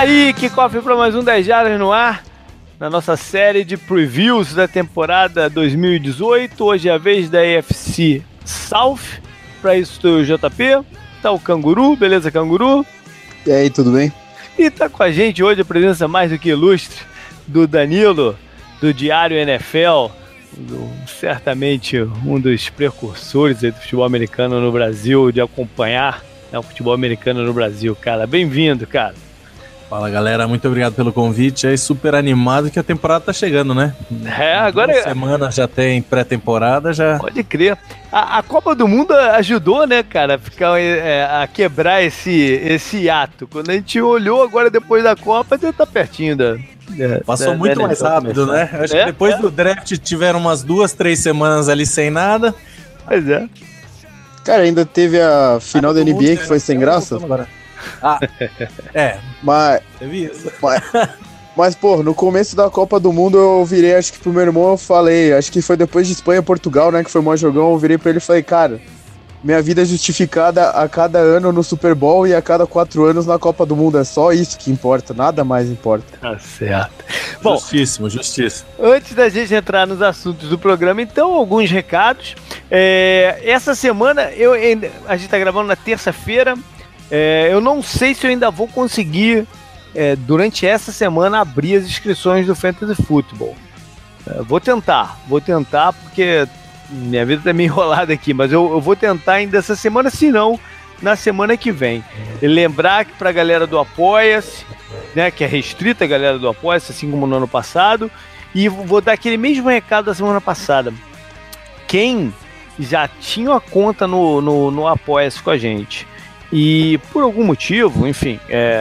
Aí, kickoff para mais um 10 Jardas no ar, na nossa série de previews da temporada 2018. Hoje é a vez da AFC South. Para isso estou o JP, tá o Canguru, beleza, Canguru? E aí, tudo bem? E tá com a gente hoje a presença mais do que ilustre do Danilo, do Diário NFL, certamente um dos precursores aí do futebol americano no Brasil, de acompanhar, né, o futebol americano no Brasil, cara. Bem-vindo, cara. Fala, galera, muito obrigado pelo convite. É super animado que a temporada tá chegando, né? Agora... 2 semanas já tem pré-temporada, já... Pode crer. A Copa do Mundo ajudou, né, cara, a quebrar esse hiato. Quando a gente olhou agora depois da Copa, já tá pertinho Passou muito mais rápido, né? Acho que depois do draft tiveram umas 2-3 semanas ali sem nada. Pois é. Cara, ainda teve a final da NBA que foi sem graça. Mas, pô, no começo da Copa do Mundo eu virei, acho que pro meu irmão eu falei, acho que foi depois de Espanha e Portugal, né, que foi o maior jogão, eu virei pra ele e falei, cara, minha vida é justificada a cada ano no Super Bowl e a cada 4 anos na Copa do Mundo, é só isso que importa, nada mais importa. Tá certo. Bom, justíssimo. Antes da gente entrar nos assuntos do programa, então, alguns recados. Essa semana, a gente tá gravando na terça-feira, eu não sei se eu ainda vou conseguir, durante essa semana, abrir as inscrições do Fantasy Football. Vou tentar, porque minha vida tá meio enrolada aqui, mas eu vou tentar ainda essa semana, se não, na semana que vem. E lembrar que pra galera do Apoia-se, né, que é restrita a galera do Apoia-se, assim como no ano passado, e vou dar aquele mesmo recado da semana passada. Quem já tinha uma conta no Apoia-se com a gente, e por algum motivo, enfim,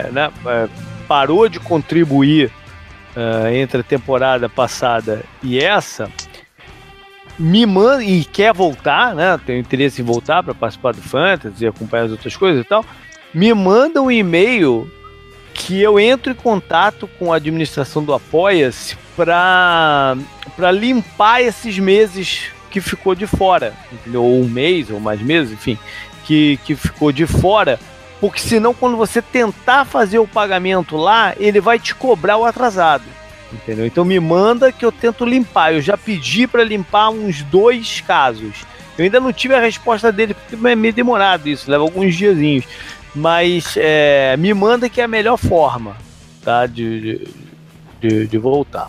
parou de contribuir entre a temporada passada e essa, me manda e quer voltar, né? Tem interesse em voltar para participar do Fantasy, acompanhar as outras coisas e tal, me manda um e-mail que eu entro em contato com a administração do Apoia-se para limpar esses meses que ficou de fora, entendeu? Ou um mês, ou mais meses, enfim, que ficou de fora, porque senão quando você tentar fazer o pagamento lá, ele vai te cobrar o atrasado, entendeu? Então me manda que eu tento limpar. Eu já pedi para limpar uns 2 casos. Eu ainda não tive a resposta dele, porque é meio demorado isso, leva alguns diazinhos. Mas me manda que é a melhor forma, tá? De voltar.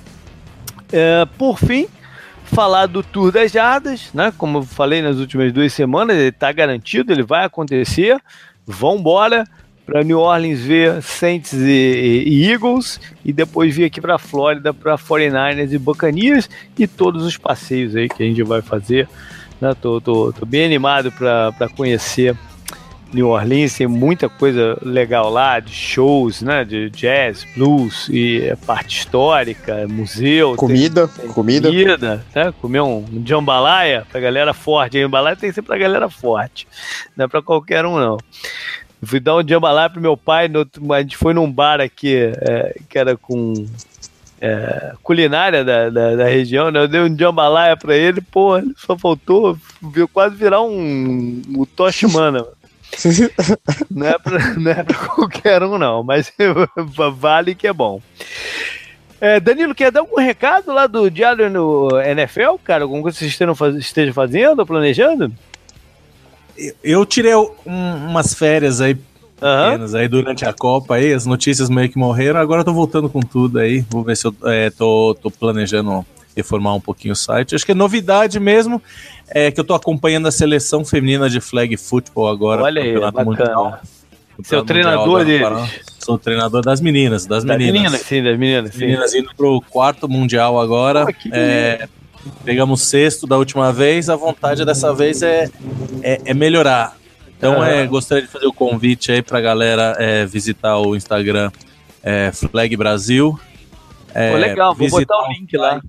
Por fim, falar do Tour das Jardas, né? Como eu falei nas últimas 2 semanas, ele está garantido, ele vai acontecer. Vambora para New Orleans ver Saints e Eagles, e depois vir aqui para Flórida para 49ers e Buccaneers e todos os passeios aí que a gente vai fazer, né? Tô bem animado para conhecer New Orleans, tem muita coisa legal lá, de shows, né, de jazz, blues e parte histórica, museu, comida, né? Comer um jambalaya pra galera forte. Jambalaya tem que ser pra galera forte, não é pra qualquer um não. Eu fui dar um jambalaya pro meu pai, a gente foi num bar aqui que era com culinária da região, né? Eu dei um jambalaya pra ele, pô, ele só faltou quase virar um Toshimana. Não é pra qualquer um não, mas vale que é bom. Danilo, quer dar algum recado lá do Diário no NFL, cara? Alguma coisa que você esteja fazendo ou planejando? Eu tirei umas férias aí pequenas aí durante a Copa, aí as notícias meio que morreram, agora eu tô voltando com tudo aí, vou ver se eu tô planejando reformar um pouquinho o site. Acho que é novidade mesmo, que eu tô acompanhando a seleção feminina de flag football agora. Olha aí, bacana. Mundial. Você é o treinador deles? Sou o treinador das meninas. Das meninas indo pro 4º Mundial agora. Pegamos 6º da última vez, a vontade dessa vez é melhorar. Então gostaria de fazer o convite aí pra galera visitar o Instagram Flag Brasil. Legal, vou botar o link lá.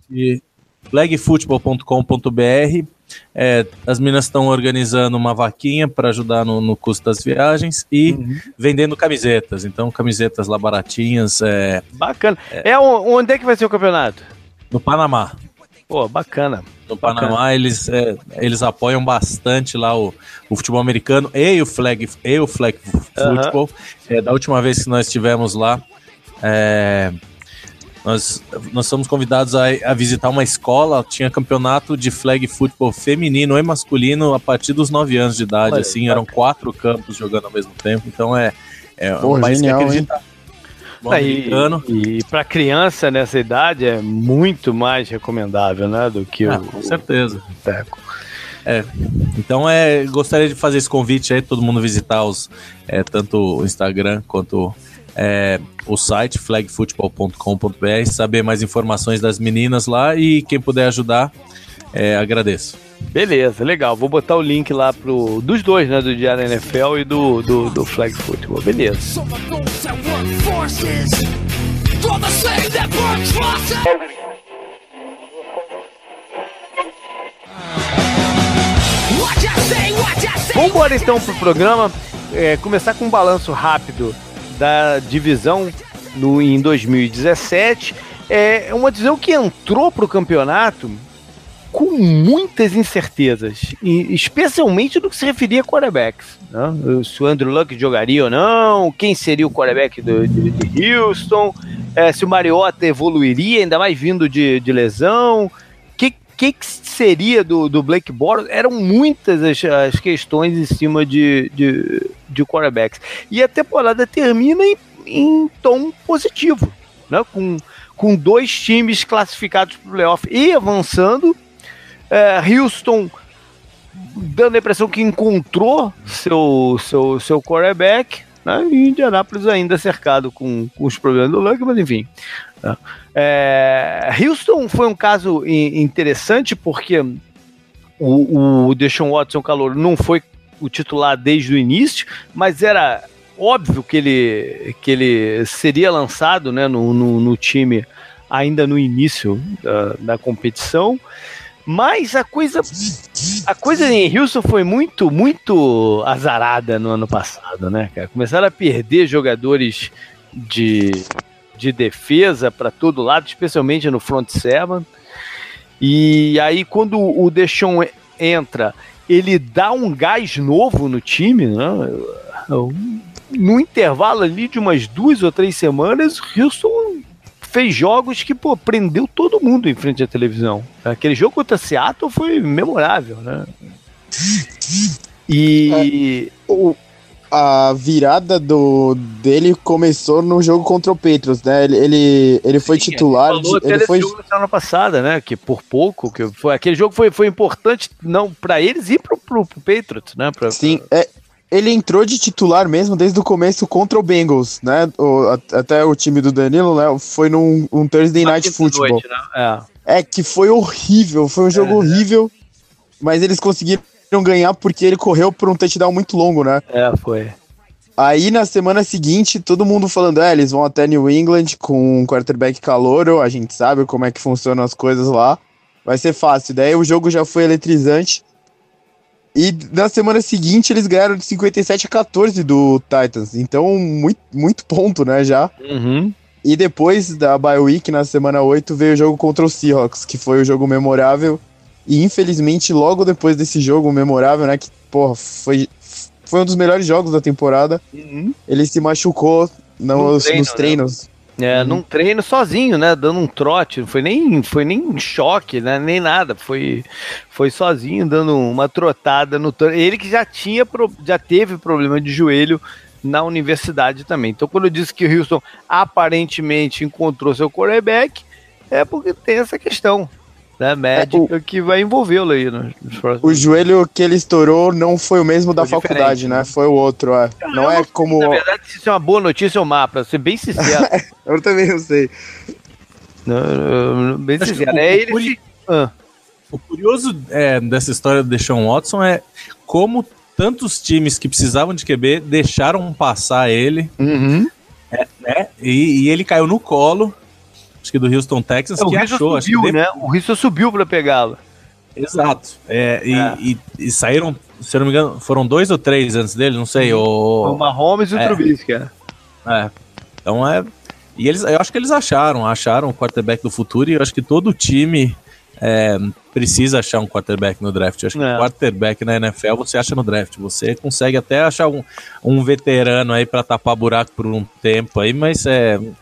flagfootball.com.br. As meninas estão organizando uma vaquinha para ajudar no custo das viagens e vendendo camisetas. Então, camisetas lá baratinhas. Bacana. Onde é que vai ser o campeonato? No Panamá. Pô, bacana. No Panamá, eles apoiam bastante lá o futebol americano e o flag football. Da última vez que nós estivemos lá, Nós fomos convidados a visitar uma escola, tinha campeonato de flag football feminino e masculino a partir dos 9 anos de idade, assim, eram 4 campos jogando ao mesmo tempo, então é um país genial, que acredita. E para criança nessa idade é muito mais recomendável, né, do que com certeza. Então gostaria de fazer esse convite aí, todo mundo visitar tanto o Instagram quanto o site flagfootball.com.br, saber mais informações das meninas lá, e quem puder ajudar, agradeço. Beleza, legal, vou botar o link lá dos dois, né, do Diário NFL e do Flag Football, beleza. Vamos embora então pro programa, começar com um balanço rápido da divisão em 2017. É uma divisão que entrou para o campeonato com muitas incertezas, especialmente no que se referia a quarterbacks, né? Se o Andrew Luck jogaria ou não, quem seria o quarterback de Houston, se o Mariota evoluiria, ainda mais vindo de lesão, que seria do Blake Bortles. Eram muitas as questões em cima de quarterbacks. E a temporada termina em tom positivo, né? Com 2 times classificados para o playoff e avançando. Houston dando a impressão que encontrou seu quarterback, né? E Indianápolis ainda cercado com os problemas do Luck, mas enfim. Houston foi um caso interessante porque o Deshaun Watson calouro não foi o titular desde o início, mas era óbvio que ele seria lançado, né, no time ainda no início da competição. Mas a coisa em Houston foi muito, muito azarada no ano passado, né, cara? Começaram a perder jogadores de defesa para todo lado, especialmente no front seven. E aí, quando o Deshaun entra, ele dá um gás novo no time, né? No intervalo ali de umas 2 ou 3 semanas, Houston fez jogos que, prendeu todo mundo em frente à televisão. Aquele jogo contra Seattle foi memorável, né? A virada dele começou no jogo contra o Patriots, né? Ele foi titular. Ele foi jogo na semana passada, né? Que por pouco, aquele jogo foi importante não para eles e pro Patriots, né? Sim, ele entrou de titular mesmo desde o começo contra o Bengals, né? Até o time do Danilo, né? Foi num Thursday Night Football. Noite, né? Que foi horrível, foi um jogo horrível, mas eles conseguiram ganhar porque ele correu por um touchdown muito longo, né? Foi. Aí na semana seguinte, todo mundo falando, eles vão até New England com um quarterback calouro, a gente sabe como é que funcionam as coisas lá, vai ser fácil. Daí o jogo já foi eletrizante, e na semana seguinte eles ganharam de 57-14 do Titans, então muito ponto, né, já. Uhum. E depois da bye week, na semana 8, veio o jogo contra os Seahawks, que foi o jogo memorável. E infelizmente, logo depois desse jogo memorável, né, que, foi um dos melhores jogos da temporada, ele se machucou nos treinos. Né? Num treino sozinho, né, dando um trote, não foi nem choque, né, nem nada, foi sozinho, dando uma trotada no treino. Ele que já teve problema de joelho na universidade também. Então, quando eu disse que o Houston aparentemente encontrou seu quarterback, é porque tem essa questão, né, médica, que vai envolvê-lo aí nos próximos. O joelho que ele estourou não foi o mesmo da faculdade, né? Foi o outro, Não é como... Na verdade, se isso é uma boa notícia ou má, pra ser bem sincero. Eu também não sei. Bem sincero. O curioso dessa história do Deshaun Watson é como tantos times que precisavam de QB deixaram passar ele, e ele caiu no colo, acho que do Houston Texans, que achou. Né? O Houston subiu para pegá-lo. Exato. E saíram, se eu não me engano, foram 2 ou 3 antes dele, não sei. O Mahomes e o Trubisky, Então e eu acho que eles acharam o quarterback do futuro, e eu acho que todo time precisa achar um quarterback no draft. Eu acho que quarterback na NFL você acha no draft. Você consegue até achar um veterano aí para tapar buraco por um tempo aí, mas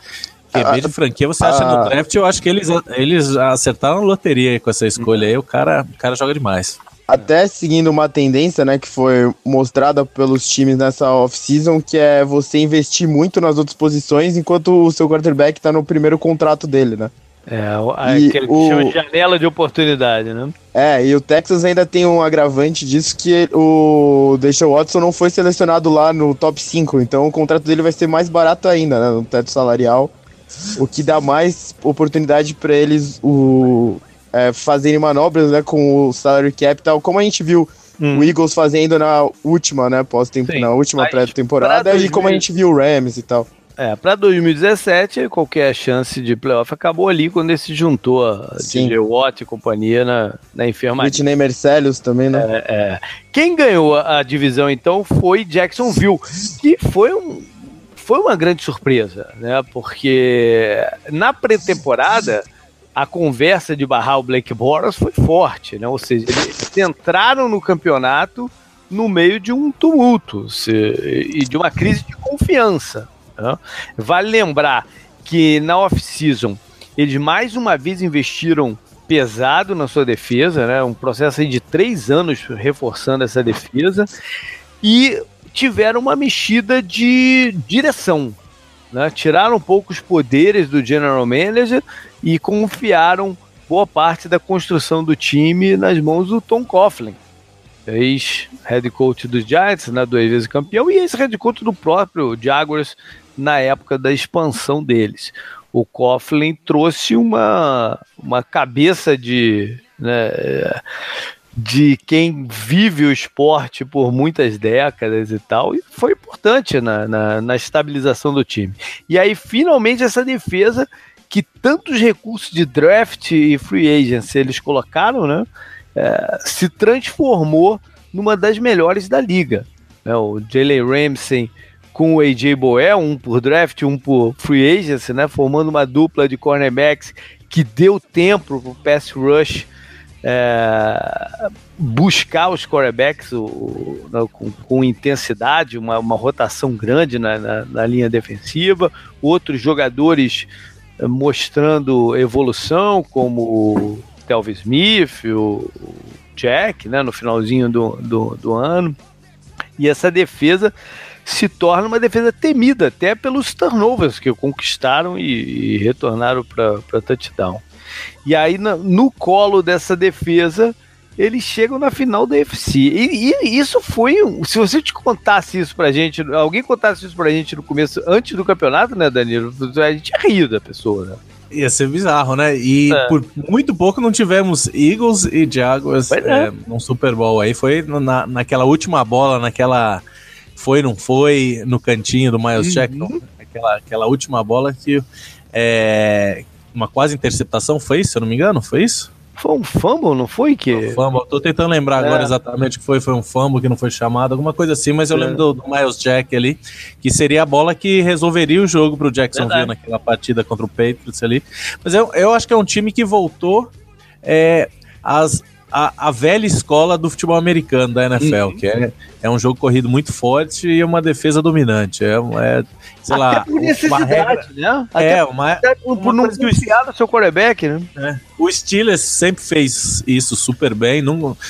QB de franquia você acha no draft, eu acho que eles acertaram a loteria aí com essa escolha aí, o cara joga demais. Até seguindo uma tendência, né, que foi mostrada pelos times nessa off-season, que é você investir muito nas outras posições enquanto o seu quarterback tá no primeiro contrato dele, né? Que chama de janela de oportunidade, né? E o Texas ainda tem um agravante disso, que o Deshaun Watson não foi selecionado lá no top 5, então o contrato dele vai ser mais barato ainda, né, no teto salarial, o que dá mais oportunidade para eles fazerem manobras, né, com o salary cap, tal, como a gente viu o Eagles fazendo na última, né, na última pré-temporada, e como a gente viu o Rams e tal. Para 2017, qualquer chance de playoff acabou ali quando ele se juntou a DJ Watt e companhia na enfermaria. Whitney Mercilus também, né? Quem ganhou a divisão, então, foi Jacksonville, que foi uma grande surpresa, né? Porque na pré-temporada a conversa de barrar o Blake Bortles foi forte, né? Ou seja, eles entraram no campeonato no meio de um tumulto e de uma crise de confiança. Vale lembrar que na off-season eles mais uma vez investiram pesado na sua defesa, né? Um processo aí de 3 anos reforçando essa defesa, e tiveram uma mexida de direção, né? Tiraram um pouco os poderes do general manager e confiaram boa parte da construção do time nas mãos do Tom Coughlin, ex-head coach dos Giants, né? 2 vezes campeão, e ex-head coach do próprio Jaguars na época da expansão deles. O Coughlin trouxe uma cabeça de quem vive o esporte por muitas décadas e tal, e foi importante na estabilização do time. E aí, finalmente, essa defesa, que tantos recursos de draft e free agency eles colocaram, né, se transformou numa das melhores da liga. O Jalen Ramsey com o A.J. Boel, um por draft, um por free agency, né, formando uma dupla de cornerbacks que deu tempo para o pass rush buscar os quarterbacks com intensidade, uma rotação grande na linha defensiva, outros jogadores mostrando evolução, como o Telvin Smith, o Jack, né, no finalzinho do ano, e essa defesa se torna uma defesa temida até pelos turnovers que conquistaram e retornaram para touchdown. E aí, no colo dessa defesa, eles chegam na final da UFC. E isso foi... Se você te contasse isso pra gente, alguém contasse isso pra gente no começo, antes do campeonato, né, Danilo? A gente ia rir da pessoa, né? Ia ser bizarro, né? E por muito pouco não tivemos Eagles e Jaguars num Super Bowl. Aí foi naquela última bola, naquela... Foi, não foi, no cantinho do Miles Jackson, aquela última bola que uma quase interceptação, foi isso, se eu não me engano, foi isso? Foi um fumble, não foi? Um fumble, tô tentando lembrar agora exatamente o que foi um fumble que não foi chamado, alguma coisa assim, mas eu lembro do Miles Jack ali, que seria a bola que resolveria o jogo pro Jacksonville naquela partida contra o Patriots ali. Mas eu acho que é um time que voltou a velha escola do futebol americano, da NFL, que é um jogo corrido muito forte e uma defesa dominante. Sei lá, até por necessidade, né? Até por não confiar no seu quarterback, né? O Steelers sempre fez isso super bem.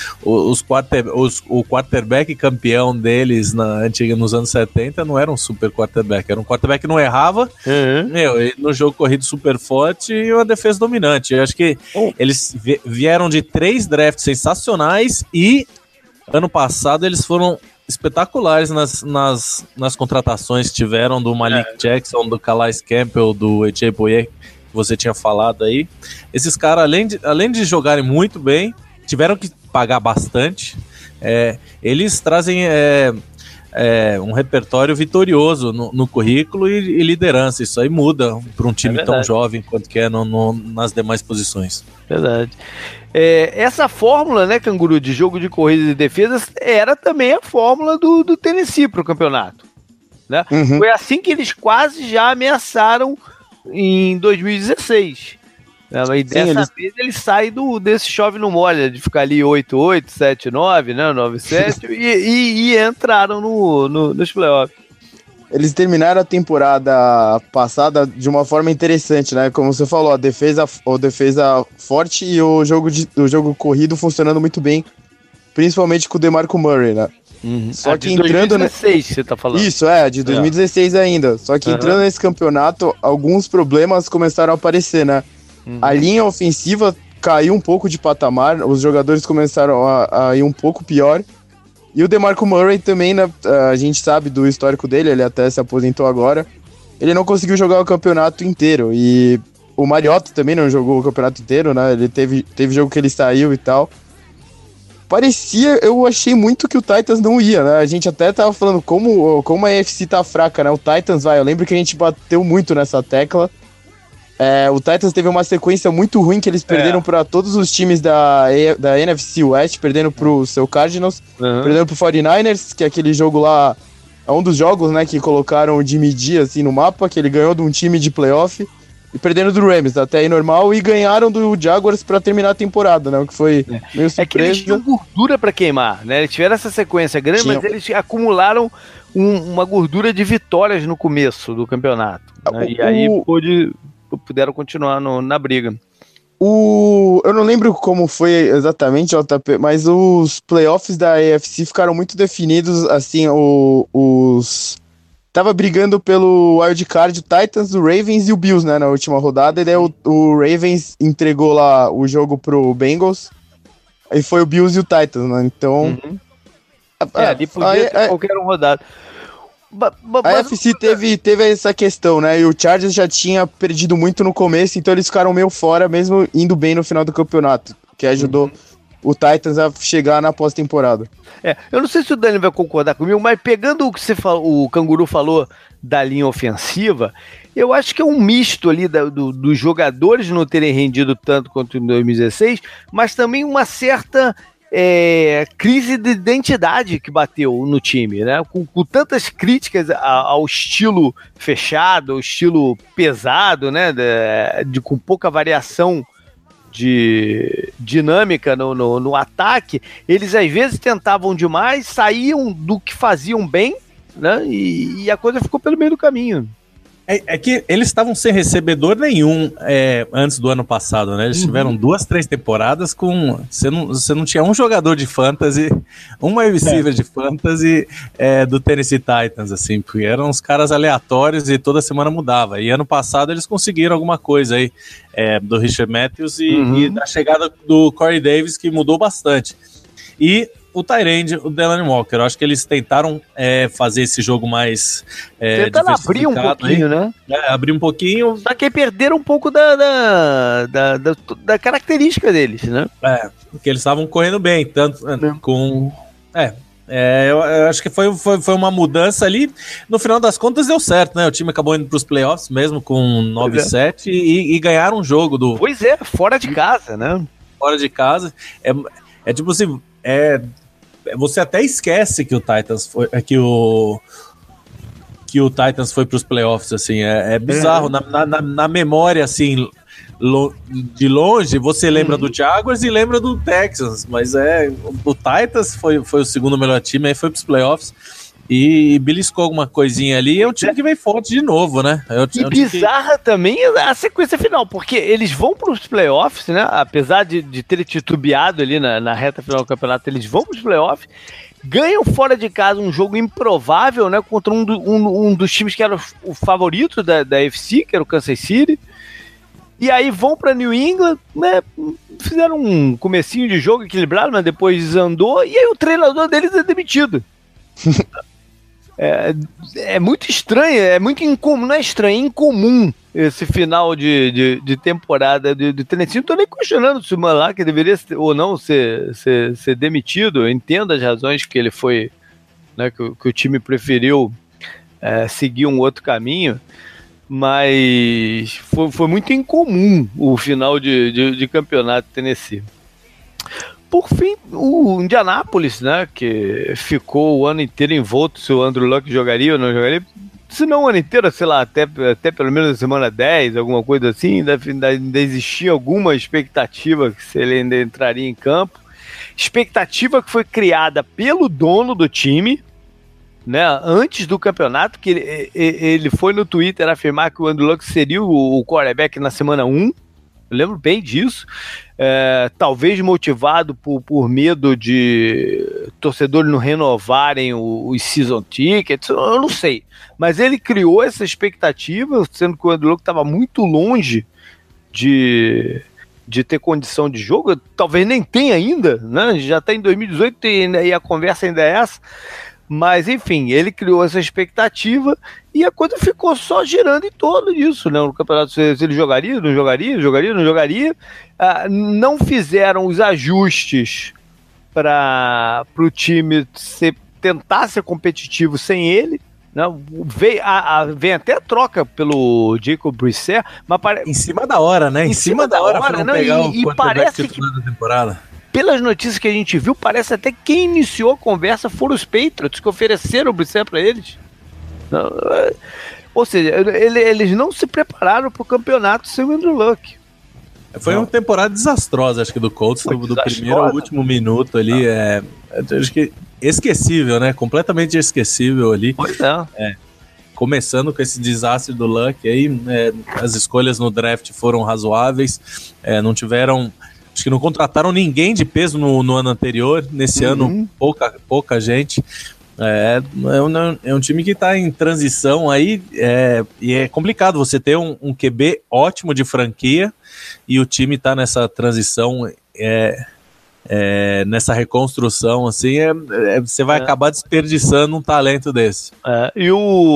O quarterback campeão deles nos anos 70 não era um super quarterback, era um quarterback que não errava, no jogo corrido super forte e uma defesa dominante. Eu acho que eles vieram de 3 drafts sensacionais e ano passado eles foram espetaculares nas contratações que tiveram do Malik Jackson, do Calais Campbell, do A.J. Boyer, que você tinha falado aí. Esses caras, além de jogarem muito bem, tiveram que pagar bastante. Eles trazem um repertório vitorioso no currículo e liderança. Isso aí muda para um time tão jovem quanto que é nas demais posições. Verdade. Essa fórmula, né, Canguru, de jogo de corridas e defesas, era também a fórmula do Tennessee para o campeonato, né? Foi assim que eles quase já ameaçaram em 2016. E dessa vez eles saem desse chove no molha, de ficar ali 8-8, 7-9, né, 9-7, e entraram nos playoffs. eles terminaram a temporada passada de uma forma interessante, né? Como você falou, a defesa forte e o jogo corrido funcionando muito bem, principalmente com o DeMarco Murray, né? Só que entrando 2016, você tá falando. Isso, de 2016 ainda. Só que entrando nesse campeonato, alguns problemas começaram a aparecer, né? A linha ofensiva caiu um pouco de patamar, os jogadores começaram a ir um pouco pior. E o DeMarco Murray também, né, a gente sabe do histórico dele, ele até se aposentou agora. Ele não conseguiu jogar o campeonato inteiro. E o Mariota também não jogou o campeonato inteiro, né? Ele teve jogo que ele saiu e tal. Eu achei muito que o Titans não ia, né? A gente até tava falando como a AFC tá fraca, né? O Titans eu lembro que a gente bateu muito nessa tecla. O Titans teve uma sequência muito ruim que eles perderam para todos os times da NFC West, perdendo pro seu Cardinals, perdendo pro 49ers, que é aquele jogo lá, é um dos jogos, né, que colocaram o Jimmy G assim no mapa, que ele ganhou de um time de playoff, e perdendo do Rams, até aí normal, e ganharam do Jaguars para terminar a temporada, né, o que foi meio surpresa. É que eles tinham gordura para queimar, né, eles tiveram essa sequência grande, mas eles acumularam uma gordura de vitórias no começo do campeonato, né, e aí puderam continuar na briga. Eu não lembro como foi exatamente, JP, mas os playoffs da AFC ficaram muito definidos, assim, tava brigando pelo wildcard o Titans, o Ravens e o Bills, né, na última rodada, e daí o Ravens entregou lá o jogo pro Bengals, aí foi o Bills e o Titans, né, então... ali podia ter qualquer rodada. A AFC teve essa questão, né? E o Chargers já tinha perdido muito no começo, então eles ficaram meio fora, mesmo indo bem no final do campeonato, que ajudou o Titans a chegar na pós-temporada. Eu não sei se o Dani vai concordar comigo, mas pegando o que o Canguru falou da linha ofensiva, eu acho que é um misto ali dos jogadores não terem rendido tanto quanto em 2016, mas também uma certa... crise de identidade que bateu no time, né? Com tantas críticas ao estilo fechado, ao estilo pesado, né? Com pouca variação de dinâmica no ataque, eles às vezes tentavam demais, saíam do que faziam bem, né? E a coisa ficou pelo meio do caminho. É que eles estavam sem recebedor nenhum antes do ano passado, né? Eles tiveram 2-3 temporadas com... Você não tinha um jogador de fantasy, um wide receiver de fantasy do Tennessee Titans, assim, porque eram uns caras aleatórios e toda semana mudava. E ano passado eles conseguiram alguma coisa aí do Richard Matthews e da chegada do Corey Davis, que mudou bastante. E o Tyrande, o Delanie Walker, eu acho que eles tentaram fazer esse jogo mais tentando abrir um pouquinho, né? Abrir um pouquinho. Só que perderam um pouco da característica deles, né? Porque eles estavam correndo bem, tanto com... eu acho que foi uma mudança ali. No final das contas deu certo, né? O time acabou indo para os playoffs mesmo com 9-7 e ganharam um jogo do... Pois fora de casa, né? Fora de casa. É tipo assim... Você até esquece que o Titans foi que o Titans foi para os playoffs, assim, é bizarro. Na memória, assim, de longe, você lembra do Jaguars e lembra do Texans, mas o Titans foi o segundo melhor time, aí foi para os playoffs e beliscou alguma coisinha ali. É um time que vem forte de novo, né? Bizarra também a sequência final, porque eles vão para os playoffs, né? Apesar de ter titubeado ali na reta final do campeonato, eles vão para os playoffs, ganham fora de casa um jogo improvável, né? Contra um dos times que era o favorito da AFC, que era o Kansas City. E aí vão para New England, né? Fizeram um comecinho de jogo equilibrado, mas depois desandou, e aí o treinador deles é demitido. É muito estranho, é muito incomum, não é estranho, é incomum esse final de temporada de Tennessee. Não tô nem questionando se o Malak deveria ou não ser demitido. Eu entendo as razões que ele foi, né, que o time preferiu seguir um outro caminho, mas foi muito incomum o final de campeonato de Tennessee. Por fim, o Indianapolis, né, que ficou o ano inteiro envolto se o Andrew Luck jogaria ou não jogaria, se não o ano inteiro, sei lá, até pelo menos a semana 10, alguma coisa assim, ainda existia alguma expectativa que se ele ainda entraria em campo. Expectativa que foi criada pelo dono do time, né, antes do campeonato, que ele foi no Twitter afirmar que o Andrew Luck seria o quarterback na semana 1. Eu lembro bem disso. Talvez motivado por medo de torcedores não renovarem os season tickets, eu não sei. Mas ele criou essa expectativa, sendo que o Andrew Luck estava muito longe de ter condição de jogo. Talvez nem tenha ainda, né? Já está em 2018 e a conversa ainda é essa. Mas, enfim, ele criou essa expectativa e a coisa ficou só girando em torno disso, né? No campeonato, se ele jogaria, não jogaria. Não fizeram os ajustes para o time tentar ser competitivo sem ele. Né? Vem até a troca pelo Jacob Brissett, mas em cima da hora, né? Em cima da hora, não, e parece que da temporada. Pelas notícias que a gente viu, parece até que quem iniciou a conversa foram os Patriots, que ofereceram o Brissett para eles. Ou seja, eles não se prepararam para o campeonato sem o Andrew Luck. Foi uma temporada desastrosa, acho que do Colts, do primeiro ao último minuto ali. Acho que esquecível, né? Completamente esquecível ali. Pois é. Começando com esse desastre do Luck aí, as escolhas no draft foram razoáveis, não tiveram... Acho que não contrataram ninguém de peso no ano anterior. Nesse ano, pouca gente. É um time que está em transição aí. E é complicado você ter um QB ótimo de franquia e o time está nessa transição, nessa reconstrução. Assim, você vai acabar desperdiçando um talento desse. E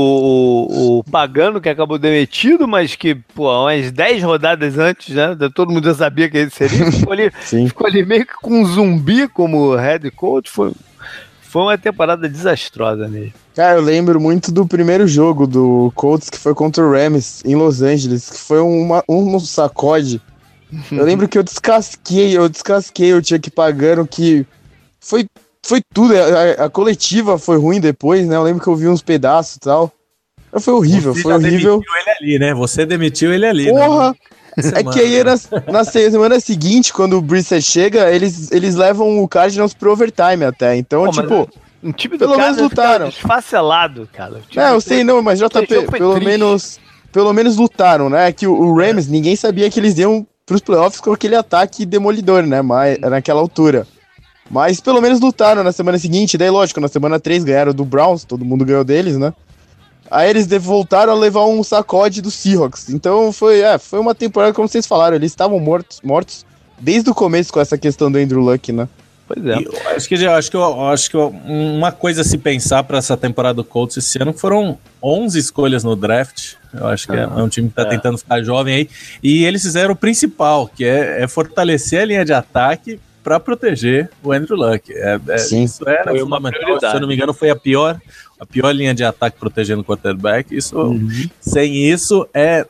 o Pagano, que acabou demitido, mas que umas 10 rodadas antes, né, todo mundo já sabia que ele seria, ficou ali meio que com um zumbi como head coach. Foi uma temporada desastrosa mesmo. Cara, eu lembro muito do primeiro jogo do Colts, que foi contra o Rams em Los Angeles, que foi um sacode. Eu lembro que eu descasquei o Chuck Pagano, que foi tudo. A coletiva foi ruim depois, né? Eu lembro que eu vi uns pedaços e tal. Foi horrível, Você demitiu ele ali, né? Você demitiu ele ali. Porra! Né? É que aí na semana seguinte, quando o Brissett chega, eles levam o Cardinals pro overtime até. Então, um time do pelo menos lutaram. Desfacelado, cara. Eu sei, não, mas JP, pelo menos lutaram, né? Que o Rams, ninguém sabia que eles iam pros playoffs com aquele ataque demolidor, né? Mas, naquela altura. Mas pelo menos lutaram na semana seguinte. Daí, lógico, na semana 3 ganharam do Browns, todo mundo ganhou deles, né? Aí eles voltaram a levar um sacode do Seahawks. Então foi uma temporada, como vocês falaram, eles estavam mortos desde o começo com essa questão do Andrew Luck, né? Pois é. Acho que uma coisa a se pensar para essa temporada do Colts esse ano foram 11 escolhas no draft. Eu acho que é um time que está tentando ficar jovem aí. E eles fizeram o principal, que é fortalecer a linha de ataque para proteger o Andrew Luck. Isso era fundamental. Se eu não me engano, foi a pior linha de ataque protegendo o quarterback. Sem isso,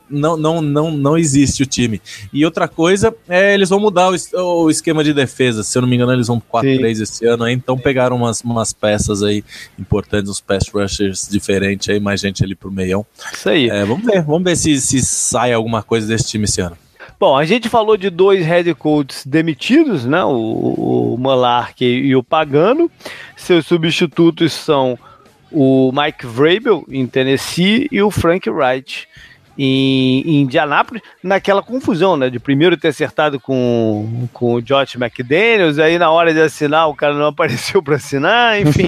não existe o time. E outra coisa, eles vão mudar o esquema de defesa. Se eu não me engano, eles vão 4-3 esse ano. Aí, então pegaram umas peças aí importantes, uns pass rushers diferentes, aí, mais gente ali pro meião. Isso aí. Vamos ver se sai alguma coisa desse time esse ano. Bom, a gente falou de 2 head coaches demitidos, né? O Mularkey e o Pagano. Seus substitutos são o Mike Vrabel, em Tennessee, e o Frank Reich, em Indianápolis, naquela confusão, né? De primeiro ter acertado com o Josh McDaniels, aí na hora de assinar o cara não apareceu para assinar, enfim.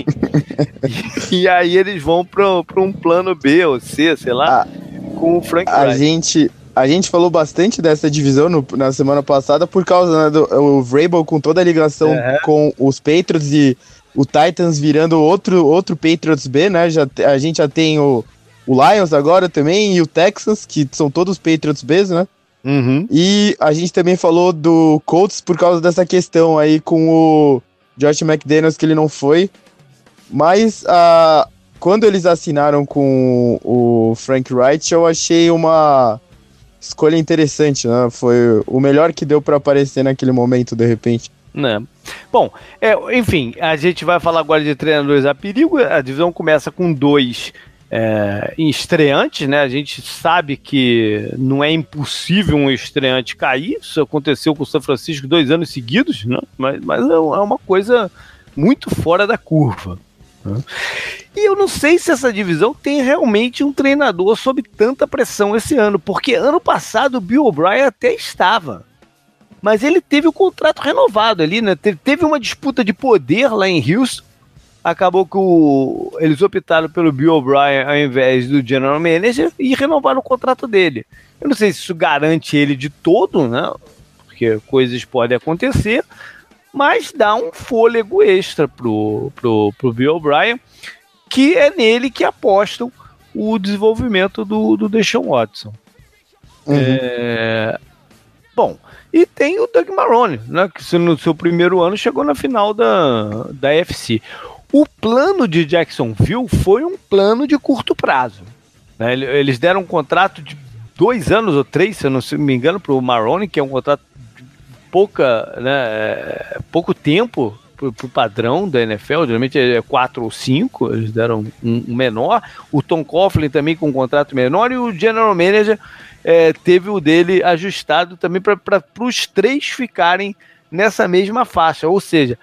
e aí eles vão para um plano B ou C, sei lá, com o Frank Reich. A gente falou bastante dessa divisão na semana passada por causa, né, do Vrabel com toda a ligação com os Patriots e o Titans virando outro Patriots B, né? A gente já tem o Lions agora também e o Texans, que são todos Patriots B, né? E a gente também falou do Colts por causa dessa questão aí com o Josh McDaniels, que ele não foi. Mas quando eles assinaram com o Frank Reich, eu achei uma escolha interessante, né? Foi o melhor que deu para aparecer naquele momento, de repente. Bom, enfim, a gente vai falar agora de treinadores a perigo. A divisão começa com 2 estreantes, né? A gente sabe que não é impossível um estreante cair. Isso aconteceu com o São Francisco 2 anos seguidos, né? Mas é uma coisa muito fora da curva. E eu não sei se essa divisão tem realmente um treinador sob tanta pressão esse ano, porque ano passado o Bill O'Brien até estava, mas ele teve o contrato renovado ali, né? Teve uma disputa de poder lá em Houston, acabou que eles optaram pelo Bill O'Brien ao invés do General Manager e renovaram o contrato dele. Eu não sei se isso garante ele de todo, né? Porque coisas podem acontecer, mas dá um fôlego extra pro Bill O'Brien, que é nele que apostam o desenvolvimento do Deshaun Watson. Bom, e tem o Doug Marrone, né, que no seu primeiro ano chegou na final da AFC. O plano de Jacksonville foi um plano de curto prazo, né? Eles deram um contrato de 2 anos ou 3, se eu não me engano, para o Marrone, que é um contrato de pouco tempo para o padrão da NFL, geralmente é 4 ou 5, eles deram um menor. O Tom Coughlin também com um contrato menor, e o General Manager teve o dele ajustado também para os 3 ficarem nessa mesma faixa, ou seja,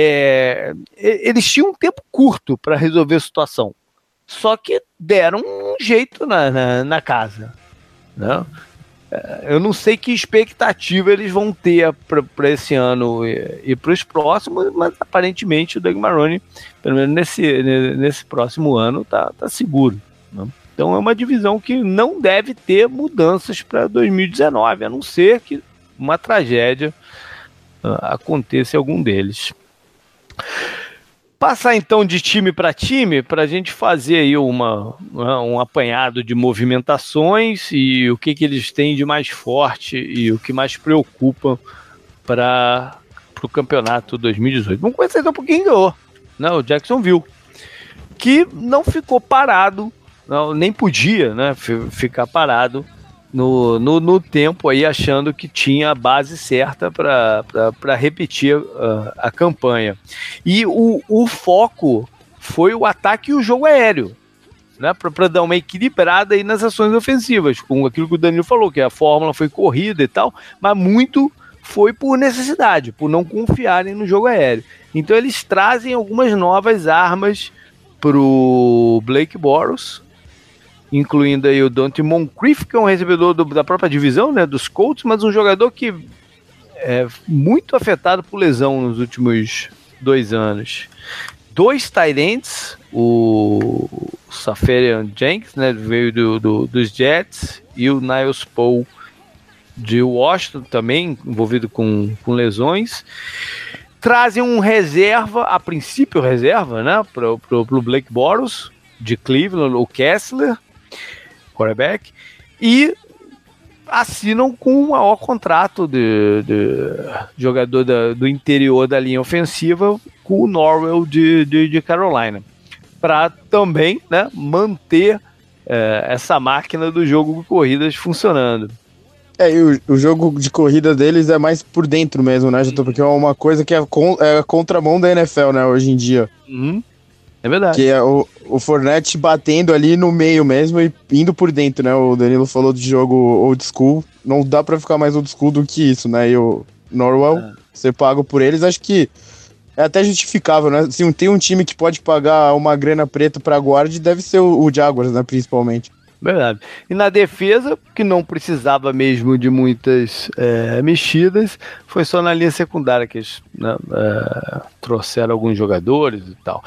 eles tinham um tempo curto para resolver a situação, só que deram um jeito na casa, né? Eu não sei que expectativa eles vão ter para esse ano e para os próximos, mas aparentemente o Doug Marrone, pelo menos nesse próximo ano, tá seguro, né? Então é uma divisão que não deve ter mudanças para 2019, a não ser que uma tragédia aconteça em algum deles. Passar então de time para time, para a gente fazer aí um apanhado de movimentações e o que eles têm de mais forte e o que mais preocupa para o campeonato 2018. Vamos começar então por quem ganhou, né? O Jacksonville, que não ficou parado, não, nem podia, né, ficar parado no tempo aí, achando que tinha a base certa para repetir a campanha. E o foco foi o ataque e o jogo aéreo, né, para dar uma equilibrada aí nas ações ofensivas, com aquilo que o Danilo falou, que a fórmula foi corrida e tal, mas muito foi por necessidade, por não confiarem no jogo aéreo. Então eles trazem algumas novas armas pro Blake Bortles, incluindo aí o Dante Moncrief, que é um recebedor da própria divisão, né, dos Colts, mas um jogador que é muito afetado por lesão nos últimos 2 anos. 2 tight ends, o Safarian Jenkins, né, veio dos Jets, e o Niles Paul de Washington, também envolvido com lesões. Trazem um reserva, a princípio reserva, né, pro Blake Bortles, de Cleveland, o Kessler, quarterback, e assinam com o maior contrato de jogador do interior da linha ofensiva, com o Norwell de Carolina, para também, né, manter essa máquina do jogo de corridas funcionando. E o jogo de corrida deles é mais por dentro mesmo, né, Júlio? Porque é uma coisa que é a contramão da NFL, né, hoje em dia. É verdade. Que é o Fournette batendo ali no meio mesmo e indo por dentro, né? O Danilo falou de jogo old school. Não dá pra ficar mais old school do que isso, né? E o Norwell, ser pago por eles, acho que é até justificável, né? Se tem um time que pode pagar uma grana preta pra guarda, deve ser o Jaguars, né? Principalmente. Verdade. E na defesa, que não precisava mesmo de muitas mexidas, foi só na linha secundária que eles, né, trouxeram alguns jogadores e tal.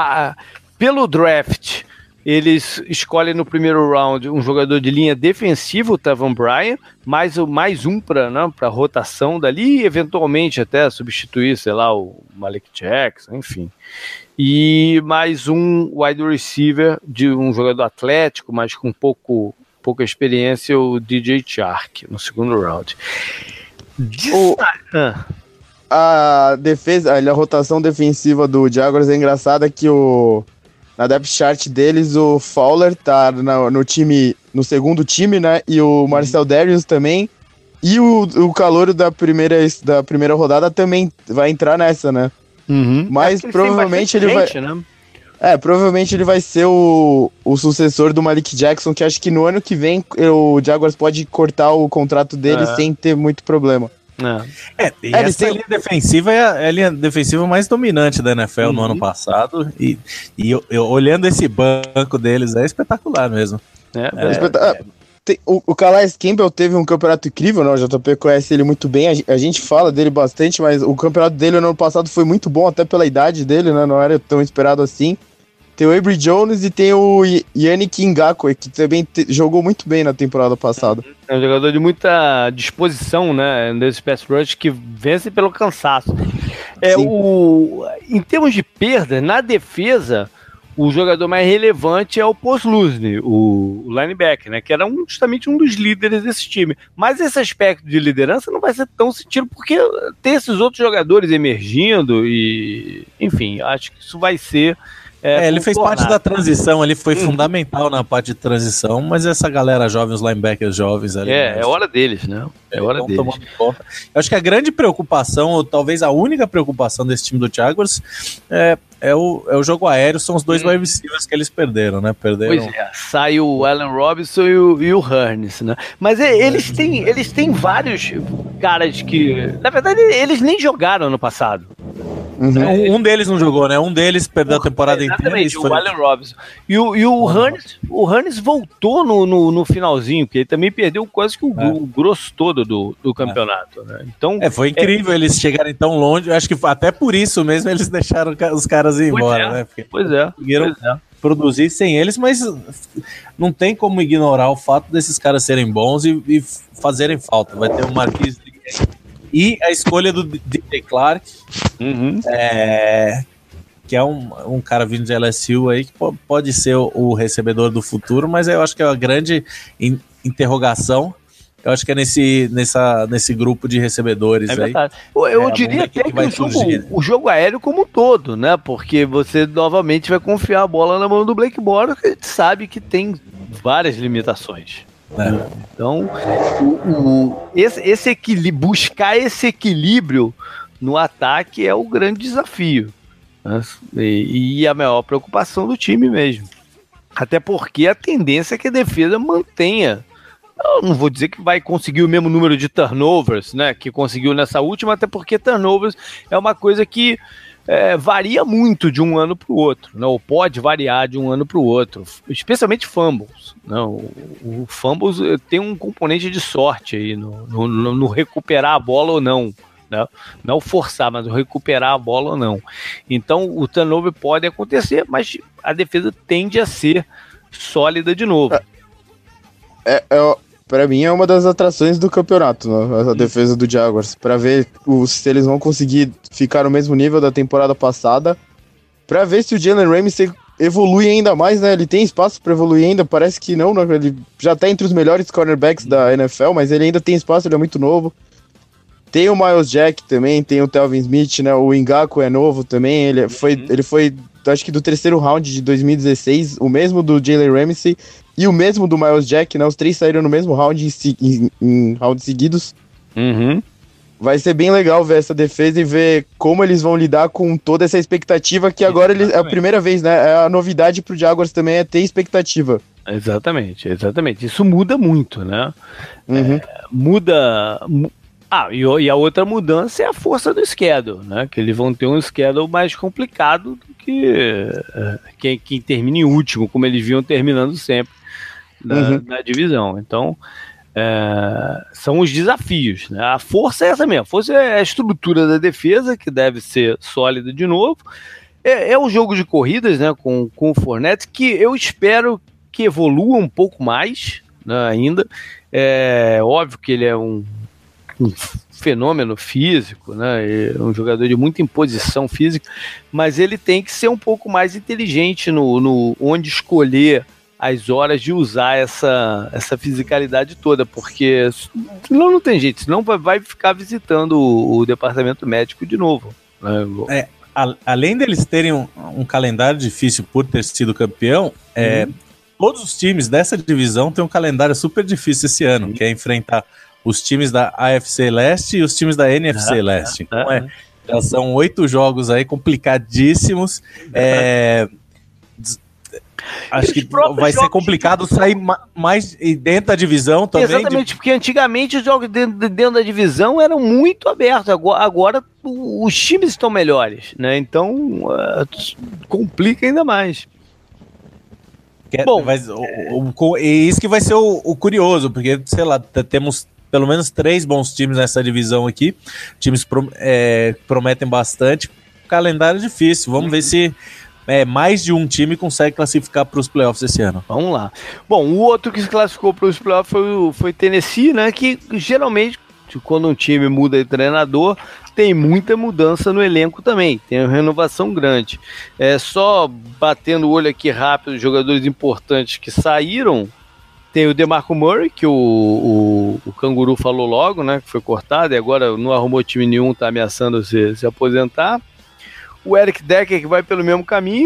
Pelo draft, eles escolhem no primeiro round um jogador de linha defensiva, o Taven Bryan, mais um para rotação dali, e eventualmente até substituir, sei lá, o Malik Jackson, enfim. E mais um wide receiver, de um jogador atlético, mas com pouca experiência, o DJ Chark, no segundo round. A defesa, a rotação defensiva do Jaguars é engraçada, que na depth chart deles, o Fowler tá no time, no segundo time, né? E o Marcel Darius também. E o calouro da primeira rodada também vai entrar nessa, né? Mas provavelmente ele vai... Né? Provavelmente ele vai ser o sucessor do Malik Jackson, que acho que no ano que vem o Jaguars pode cortar o contrato dele sem ter muito problema. E essa linha defensiva é a linha defensiva mais dominante da NFL no ano passado. E eu olhando esse banco deles, é espetacular mesmo. O Calais Campbell teve um campeonato incrível, né? O JP conhece ele muito bem, a gente fala dele bastante, mas o campeonato dele no ano passado foi muito bom, até pela idade dele, né? Não era tão esperado assim. Tem o Avery Jones e tem o Yannick Ngakoue, que também jogou muito bem na temporada passada. É um jogador de muita disposição, né? Nesse pass rush que vence pelo cansaço. Em termos de perda, na defesa, o jogador mais relevante é o Posluszny, o linebacker, né? Que era justamente um dos líderes desse time. Mas esse aspecto de liderança não vai ser tão sentido porque tem esses outros jogadores emergindo e, enfim, acho que isso vai ser... ele fez parte da transição, ele foi fundamental na parte de transição, mas essa galera jovem, os linebackers jovens ali... É hora deles, né? É hora deles. Eu acho que a grande preocupação, ou talvez a única preocupação desse time do Jaguars é o jogo aéreo, são os dois wide receivers que eles perderam, né? Pois sai o Allen Robinson e o Hurns, né? Mas eles têm vários caras que... Na verdade, eles nem jogaram ano passado. Um deles não jogou, né? Um deles perdeu a temporada inteira. Exatamente, o Allen Robinson. E o Hurns voltou no finalzinho, porque ele também perdeu quase que o grosso todo do campeonato, né? Então, foi incrível eles chegarem tão longe. Eu acho que até por isso mesmo eles deixaram os caras ir embora, né? Porque conseguiram produzir sem eles, mas não tem como ignorar o fato desses caras serem bons e fazerem falta. Vai ter o Marquise e a escolha do DJ Clark, que é um cara vindo de LSU aí, que pode ser o recebedor do futuro, mas eu acho que é uma grande interrogação. Eu acho que é nesse grupo de recebedores aí. Verdade. Eu diria até que o jogo aéreo como um todo, né? Porque você novamente vai confiar a bola na mão do Blake Bortles, que a gente sabe que tem várias limitações. Então, buscar esse equilíbrio no ataque é o grande desafio, né? E a maior preocupação do time mesmo. Até porque a tendência é que a defesa mantenha. Eu não vou dizer que vai conseguir o mesmo número de turnovers, né, que conseguiu nessa última, até porque turnovers é uma coisa que varia muito de um ano para o outro, né, ou pode variar de um ano para o outro, especialmente fumbles. Não, o fumbles tem um componente de sorte aí no recuperar a bola ou não. Não forçar, mas recuperar a bola ou não. Então o turnover pode acontecer, mas a defesa tende a ser sólida de novo. Pra mim é uma das atrações do campeonato, né? A defesa do Jaguars, pra ver se eles vão conseguir ficar no mesmo nível da temporada passada, pra ver se o Jalen Ramsey evolui ainda mais, né? Ele tem espaço pra evoluir ainda, parece que não, né? Ele já tá entre os melhores cornerbacks da NFL, mas ele ainda tem espaço, ele é muito novo. Tem o Myles Jack também, tem o Telvin Smith, né? O Ngakoue é novo também, ele foi acho que do terceiro round de 2016, o mesmo do Jalen Ramsey e o mesmo do Myles Jack, né? Os três saíram no mesmo round em rounds seguidos. Vai ser bem legal ver essa defesa e ver como eles vão lidar com toda essa expectativa que agora é a primeira vez, né? A novidade pro Jaguars também é ter expectativa. Exatamente. Isso muda muito, né? E a outra mudança é a força do schedule, né? Que eles vão ter um schedule mais complicado do que quem termina em último, como eles vinham terminando sempre na divisão. Então, são os desafios, né? A força é essa mesmo. A força é a estrutura da defesa, que deve ser sólida de novo. É um jogo de corridas, né? Com o Fournette, que eu espero que evolua um pouco mais, né, ainda. É óbvio que ele é um fenômeno físico, né? É um jogador de muita imposição física, mas ele tem que ser um pouco mais inteligente no onde escolher as horas de usar essa fisicalidade toda, porque senão não tem jeito, senão vai ficar visitando o departamento médico de novo, né? Além deles terem um calendário difícil por ter sido campeão, todos os times dessa divisão têm um calendário super difícil esse ano, que é enfrentar os times da AFC Leste e os times da NFC Leste. Então já são 8 jogos aí complicadíssimos. Acho que vai ser complicado sair mais dentro da divisão também. Exatamente, porque antigamente os jogos dentro da divisão eram muito abertos. Agora os times estão melhores, né? Então complica ainda mais. Bom, isso que vai ser o curioso, porque, sei lá, temos pelo menos 3 bons times nessa divisão aqui. Times prometem bastante. Calendário difícil. Vamos ver se mais de um time consegue classificar para os playoffs esse ano. Vamos lá. Bom, o outro que se classificou para os playoffs foi Tennessee, né? Que geralmente, quando um time muda de treinador, tem muita mudança no elenco também. Tem uma renovação grande. Só batendo o olho aqui rápido, os jogadores importantes que saíram. Tem o DeMarco Murray, que o Canguru falou logo, né? Que foi cortado e agora não arrumou time nenhum, tá ameaçando se aposentar. O Eric Decker, que vai pelo mesmo caminho.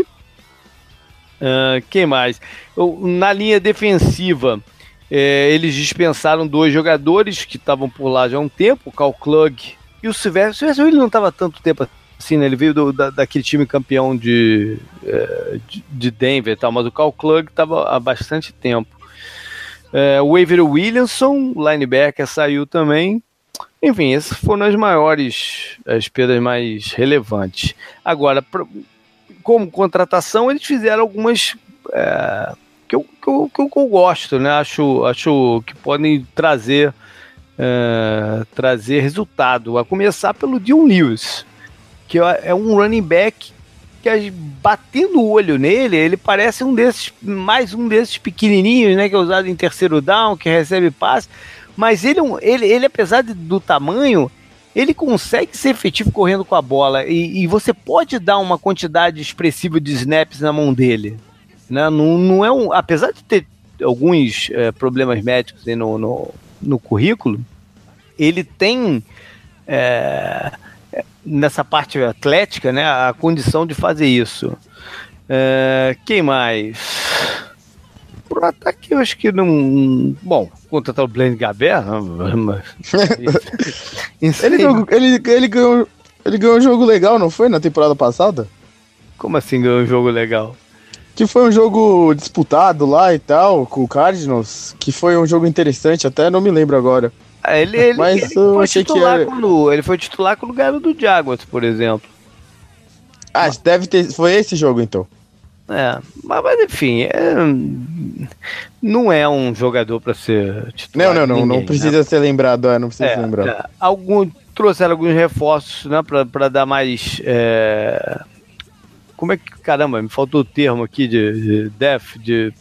Quem mais? Na linha defensiva, eles dispensaram 2 jogadores que estavam por lá já há um tempo, o Cal Klug e o Silvestre. O Silvestre ele não estava tanto tempo assim, né? Ele veio daquele time campeão de Denver e tal, mas o Cal Klug estava há bastante tempo. O Avery Williamson, linebacker, saiu também. Enfim, essas foram as perdas mais relevantes. Agora, como contratação, eles fizeram algumas que eu gosto, né? Acho que podem trazer resultado. A começar pelo Dion Lewis, que é um running back que, batendo o olho nele, ele parece mais um desses pequenininhos, né? Que é usado em terceiro down, que recebe passe. Mas ele apesar do tamanho, ele consegue ser efetivo correndo com a bola. E você pode dar uma quantidade expressiva de snaps na mão dele. Né? Não é apesar de ter alguns problemas médicos aí no currículo, ele tem, nessa parte atlética, né, a condição de fazer isso. Quem mais? Pro ataque, eu acho que não. Bom, contratar o Blaine Gabbert, mas. ele ganhou um jogo legal, não foi? Na temporada passada? Como assim ganhou um jogo legal? Que foi um jogo disputado lá e tal, com o Cardinals, que foi um jogo interessante, até não me lembro agora. Mas eu achei que ele foi titular com o lugar do Jaguars, por exemplo. Foi esse jogo então. Mas enfim, não é um jogador para ser titular. Não precisa ser lembrado, não precisa ser lembrado. Trouxeram alguns reforços, né, para dar mais. Como é que, caramba, me faltou o termo aqui de depth,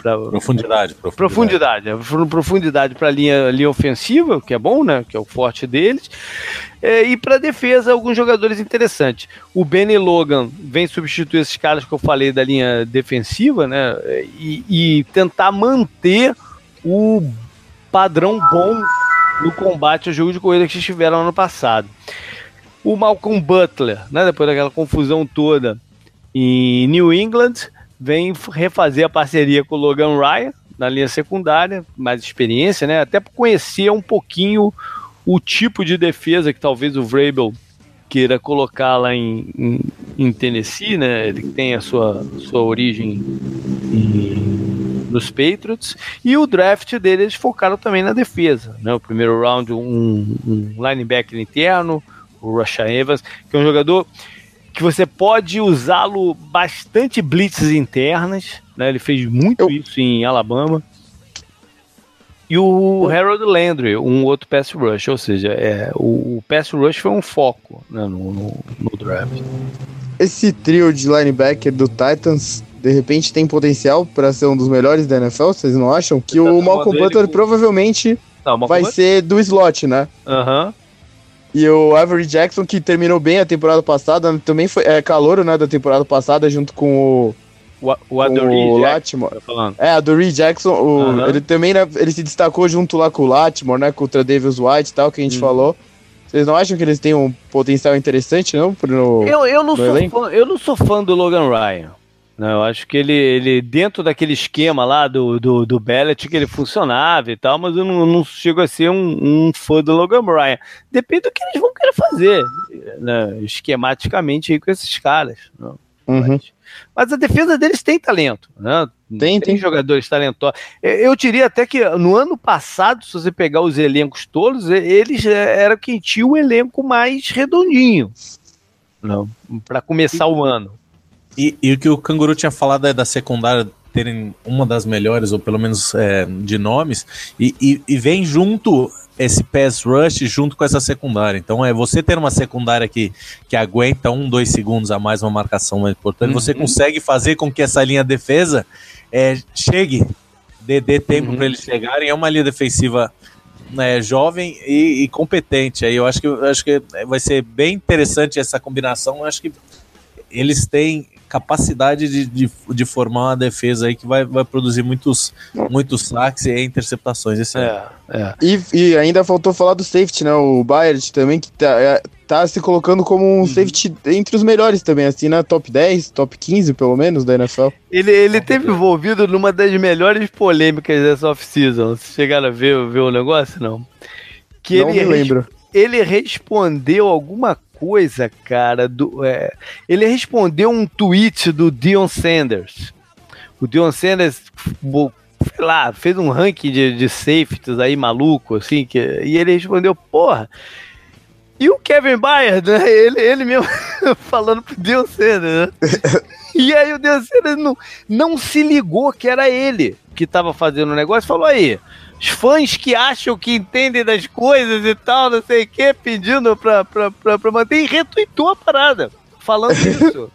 profundidade para a linha ofensiva, que é bom, né, que é o forte deles, e para a defesa, alguns jogadores interessantes. O Benny Logan vem substituir esses caras que eu falei da linha defensiva, né, e tentar manter o padrão bom no combate ao jogo de corrida que estiveram ano passado. O Malcolm Butler, né, depois daquela confusão toda em New England, vem refazer a parceria com o Logan Ryan na linha secundária, mais experiência, né? Até para conhecer um pouquinho o tipo de defesa que talvez o Vrabel queira colocar lá em Tennessee, né? Ele tem a sua origem nos Patriots, e o draft dele eles focaram também na defesa, né? O primeiro round, um linebacker interno, o Rashaan Evans, que é um jogador que você pode usá-lo bastante blitzes internas, né? Ele fez muito isso em Alabama. E o Harold Landry, um outro pass rush, ou seja, o pass rush foi um foco, né, no draft. Esse trio de linebacker do Titans, de repente, tem potencial para ser um dos melhores da NFL, vocês não acham? Que o Malcolm Butler provavelmente vai ser do slot, né? Aham. E o Avery Jackson, que terminou bem a temporada passada, também foi calouro, né, da temporada passada, junto com o Latimore. A Dory Jackson, ele também, né, ele se destacou junto lá com o Latimore, né, contra Davis White e tal, que a gente falou. Vocês não acham que eles têm um potencial interessante, não? Eu não sou fã do Logan Ryan. Não, eu acho que ele dentro daquele esquema lá do Belichick, ele funcionava e tal, mas eu não chego a ser um fã do Logan Ryan. Depende do que eles vão querer fazer, né, esquematicamente aí com esses caras. Não. Mas a defesa deles tem talento, né? Tem jogadores talentosos. Eu diria até que no ano passado, se você pegar os elencos todos, eles eram quem tinha o elenco mais redondinho para começar o ano. E o que o Canguru tinha falado da secundária terem uma das melhores, ou pelo menos de nomes, e vem junto esse pass rush junto com essa secundária. Então você ter uma secundária que aguenta 1-2 segundos a mais uma marcação mais importante, você consegue fazer com que essa linha de defesa chegue, dê tempo para eles chegarem. É uma linha defensiva jovem e competente. Aí eu acho que vai ser bem interessante essa combinação. Eu acho que eles têm capacidade de formar uma defesa aí que vai produzir muitos saques e interceptações esse ano. E ainda faltou falar do safety, né? O Byard também, que tá se colocando como um safety entre os melhores também, assim, na top 10, top 15 pelo menos da NFL. Ele teve envolvido numa das melhores polêmicas dessa off-season. Vocês chegaram a ver o negócio? Não. Não me lembro. Ele respondeu alguma coisa, cara, ele respondeu um tweet do Deion Sanders. O Deion Sanders, sei lá, fez um ranking de safeties aí maluco, assim, e ele respondeu, porra, e o Kevin Byard, né? Ele mesmo falando pro Deion Sanders, né? E aí o Deion Sanders não se ligou que era ele que tava fazendo o negócio, falou aí, os fãs que acham que entendem das coisas e tal, não sei o que, pedindo pra manter, e retweetou a parada, falando isso.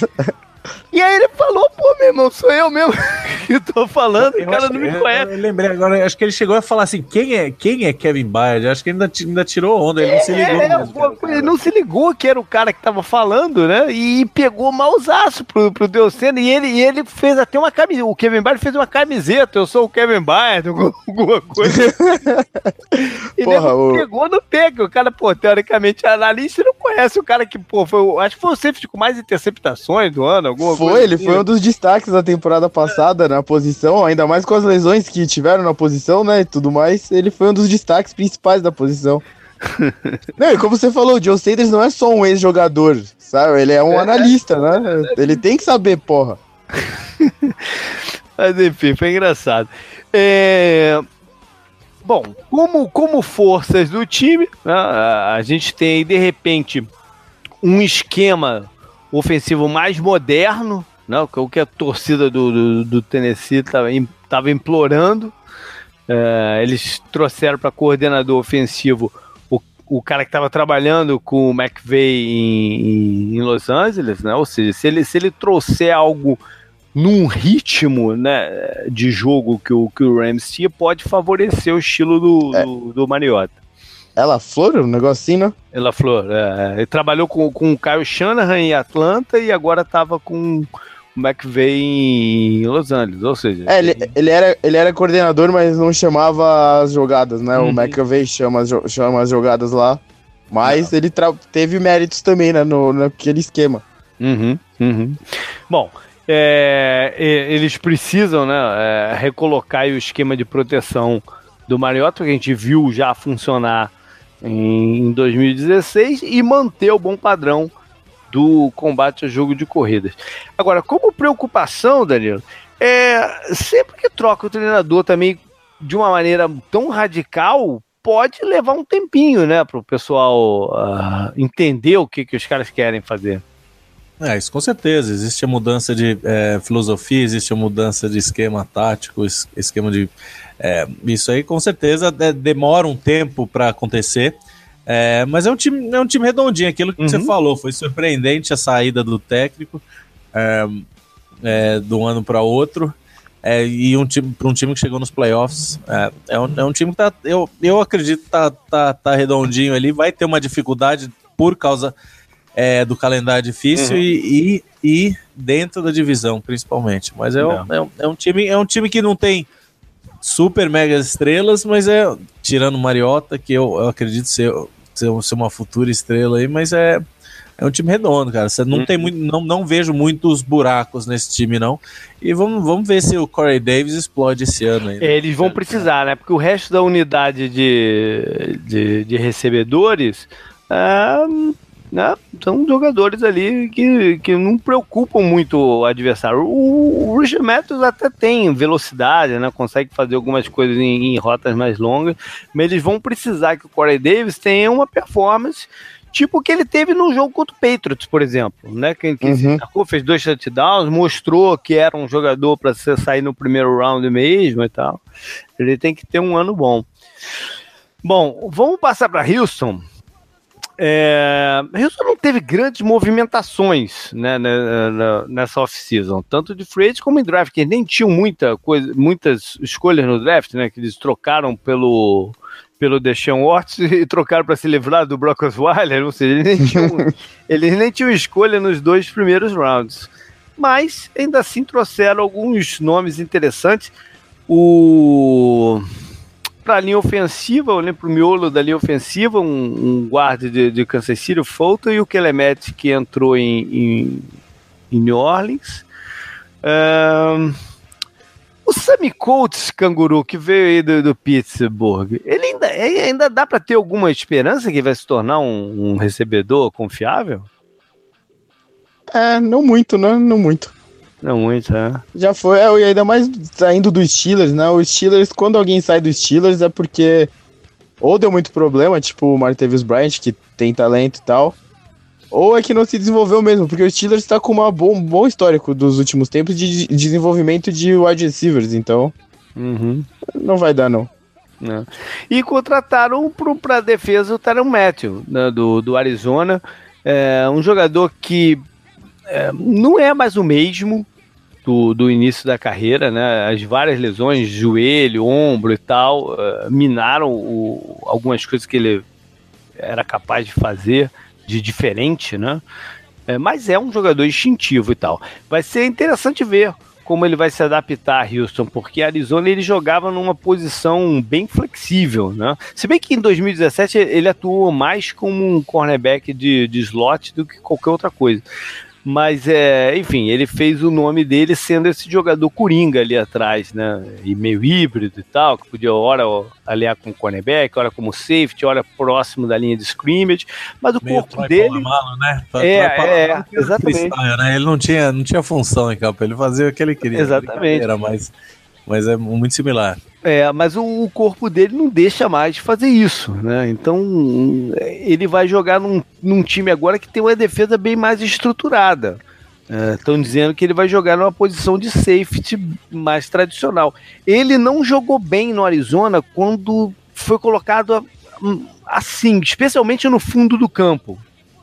E aí ele falou, pô, meu irmão, sou eu mesmo que tô falando, o cara não me conhece. Eu lembrei agora, acho que ele chegou a falar assim, quem é Kevin Byard? Acho que ele ainda tirou onda, ele não se ligou mesmo. Ele não se ligou que era o cara que tava falando, né, e pegou mausaço pro Deion Sanders, e ele fez até uma camiseta, o Kevin Byard fez uma camiseta, eu sou o Kevin Byard, alguma coisa. E ele pegou no pé, que o cara, pô, teoricamente, analista, não conhece o cara que, pô, acho que foi o safety com mais interceptações do ano, alguma coisa. Ele foi um dos destaques da temporada passada na posição, ainda mais com as lesões que tiveram na posição, né, e tudo mais, ele foi um dos destaques principais da posição. Não, e como você falou, o Deion Sanders não é só um ex-jogador, sabe, ele é um analista, né, ele tem que saber, porra. Mas enfim, foi engraçado. Bom, como forças do time, né, a gente tem, de repente, um esquema ofensivo mais moderno, né, o que a torcida do Tennessee estava implorando. Eles trouxeram para coordenador ofensivo o cara que estava trabalhando com o McVay em Los Angeles, né? Ou seja, se ele trouxer algo num ritmo, né, de jogo que o Rams tinha, pode favorecer o estilo do Mariota. LaFleur, um negocinho, né? LaFleur, ele trabalhou com o Kyle Shanahan em Atlanta e agora estava com o McVay em Los Angeles, ou seja... Ele era coordenador, mas não chamava as jogadas, né? O McVay chama as jogadas lá, mas ele teve méritos também, né, naquele esquema. Bom, eles precisam, né, recolocar o esquema de proteção do Mariota, que a gente viu já funcionar em 2016, e manter o bom padrão do combate a jogo de corridas. Agora, como preocupação, Danilo, sempre que troca o treinador também de uma maneira tão radical, pode levar um tempinho, né, para o pessoal entender o que os caras querem fazer. Isso com certeza. Existe a mudança de filosofia, existe a mudança de esquema tático, esquema de... isso aí com certeza demora um tempo para acontecer, mas é um time redondinho, aquilo que você falou, foi surpreendente a saída do técnico de um ano para outro, e para um time que chegou nos playoffs, é um time que eu acredito que tá redondinho ali, vai ter uma dificuldade por causa do calendário difícil e dentro da divisão, principalmente. Mas é um time que não tem super mega estrelas, mas tirando o Mariota, que eu acredito ser uma futura estrela aí, mas é um time redondo, cara. Você não tem muito, não vejo muitos buracos nesse time, não. E vamos ver se o Corey Davis explode esse ano aí. Eles vão precisar, né? Porque o resto da unidade de recebedores né? São jogadores ali que não preocupam muito o adversário. O Richard Matthews até tem velocidade, né? Consegue fazer algumas coisas em rotas mais longas, mas eles vão precisar que o Corey Davis tenha uma performance tipo o que ele teve no jogo contra o Patriots, por exemplo, né? Que se destacou, fez 2 touchdowns, mostrou que era um jogador para sair no primeiro round mesmo e tal. Ele tem que ter um ano bom. Bom, vamos passar para Houston. Houston não teve grandes movimentações, né, nessa off-season, tanto de free agent como em draft, que eles nem tinham muitas escolhas no draft, né, que eles trocaram pelo Deshaun Watson e trocaram para se livrar do Brock Osweiler, ou seja, eles nem tinham escolha nos 2 primeiros rounds, mas ainda assim trouxeram alguns nomes interessantes. Para a linha ofensiva, eu lembro o miolo da linha ofensiva, um guarda de Kansas City, o Fulton, e o Kelemet, que entrou em New Orleans. O Sammy Coates, canguru, que veio aí do Pittsburgh, ele ainda dá para ter alguma esperança que vai se tornar um recebedor confiável? Não muito, né? Não muito. Não muito, Já foi, e ainda mais saindo do Steelers, né? O Steelers, quando alguém sai do Steelers é porque ou deu muito problema, tipo o Martavis Bryant, que tem talento e tal, ou é que não se desenvolveu mesmo, porque o Steelers está com um bom histórico dos últimos tempos de desenvolvimento de wide receivers, então não vai dar, não. E contrataram para a defesa o Tyrann Mathieu, né, do Arizona, um jogador que não é mais o mesmo do início da carreira, né? As várias lesões, joelho, ombro e tal, minaram algumas coisas que ele era capaz de fazer de diferente, né? Mas é um jogador instintivo e tal. Vai ser interessante ver como ele vai se adaptar a Houston, porque a Arizona ele jogava numa posição bem flexível, né? Se bem que em 2017 ele atuou mais como um cornerback de slot do que qualquer outra coisa. Mas, enfim, ele fez o nome dele sendo esse jogador coringa ali atrás, né? E meio híbrido e tal, que podia hora aliar com o cornerback, hora como safety, hora próximo da linha de scrimmage. Mas o meio corpo dele... Malo, né? Exatamente. Né? Ele não tinha função em campo, ele fazia o que ele queria. Exatamente. Mas é muito similar. Mas o corpo dele não deixa mais de fazer isso, né? Então ele vai jogar num time agora que tem uma defesa bem mais estruturada. Estão dizendo que ele vai jogar numa posição de safety mais tradicional. Ele não jogou bem no Arizona quando foi colocado assim, especialmente no fundo do campo.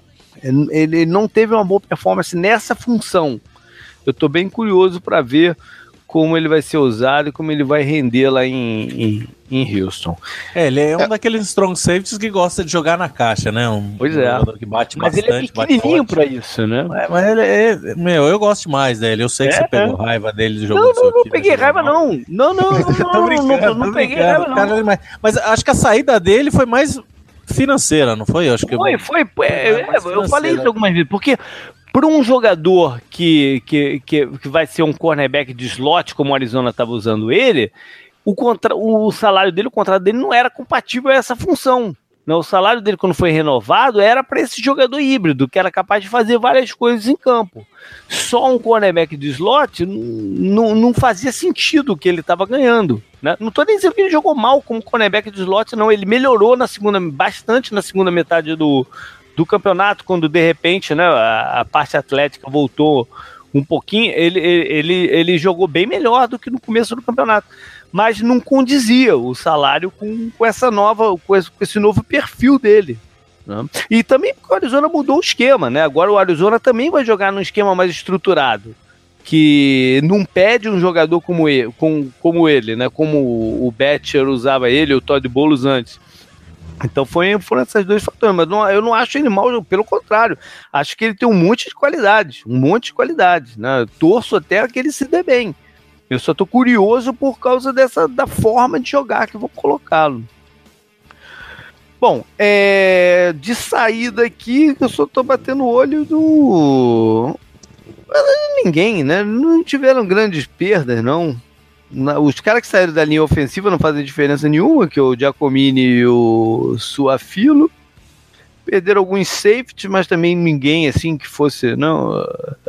Ele não teve uma boa performance nessa função. Eu estou bem curioso para ver como ele vai ser usado e como ele vai render lá em Houston. Ele é um daqueles strong safeties que gosta de jogar na caixa, né? Pois é. Jogador que bate mas bastante, ele é pequenininho pra isso, né? Mas ele eu gosto mais dele. Eu sei que você pegou raiva dele do jogo do seu time. Não peguei raiva, não. Não. Tô brincando, não peguei raiva, não. Mas acho que a saída dele foi mais financeira, não foi? Acho que foi. Eu falei isso algumas vezes, porque para um jogador que vai ser um cornerback de slot, como o Arizona estava usando ele, o salário dele, o contrato dele não era compatível a essa função. Não, o salário dele, quando foi renovado, era para esse jogador híbrido, que era capaz de fazer várias coisas em campo. Só um cornerback de slot não fazia sentido o que ele estava ganhando. Né? Não estou nem dizendo que ele jogou mal como cornerback de slot, não. Ele melhorou bastante na segunda metade do campeonato, quando de repente, né, a parte atlética voltou um pouquinho, ele jogou bem melhor do que no começo do campeonato, mas não condizia o salário com esse novo perfil dele. Né? E também porque o Arizona mudou o esquema, né? Agora o Arizona também vai jogar num esquema mais estruturado, que não pede um jogador como ele, né? Como o Betcher usava ele, o Todd Bowles antes. Então foram esses dois fatores, mas eu não acho ele mal, pelo contrário, acho que ele tem um monte de qualidades, né? Torço até que ele se dê bem. Eu só tô curioso por causa da forma de jogar que eu vou colocá-lo. Bom, de saída aqui, eu só tô batendo o olho do... Ninguém, né? Não tiveram grandes perdas, não. Os caras que saíram da linha ofensiva não fazem diferença nenhuma, que é o Giacomini e o Suafilo. perderam alguns safeties, mas também ninguém assim que fosse, não,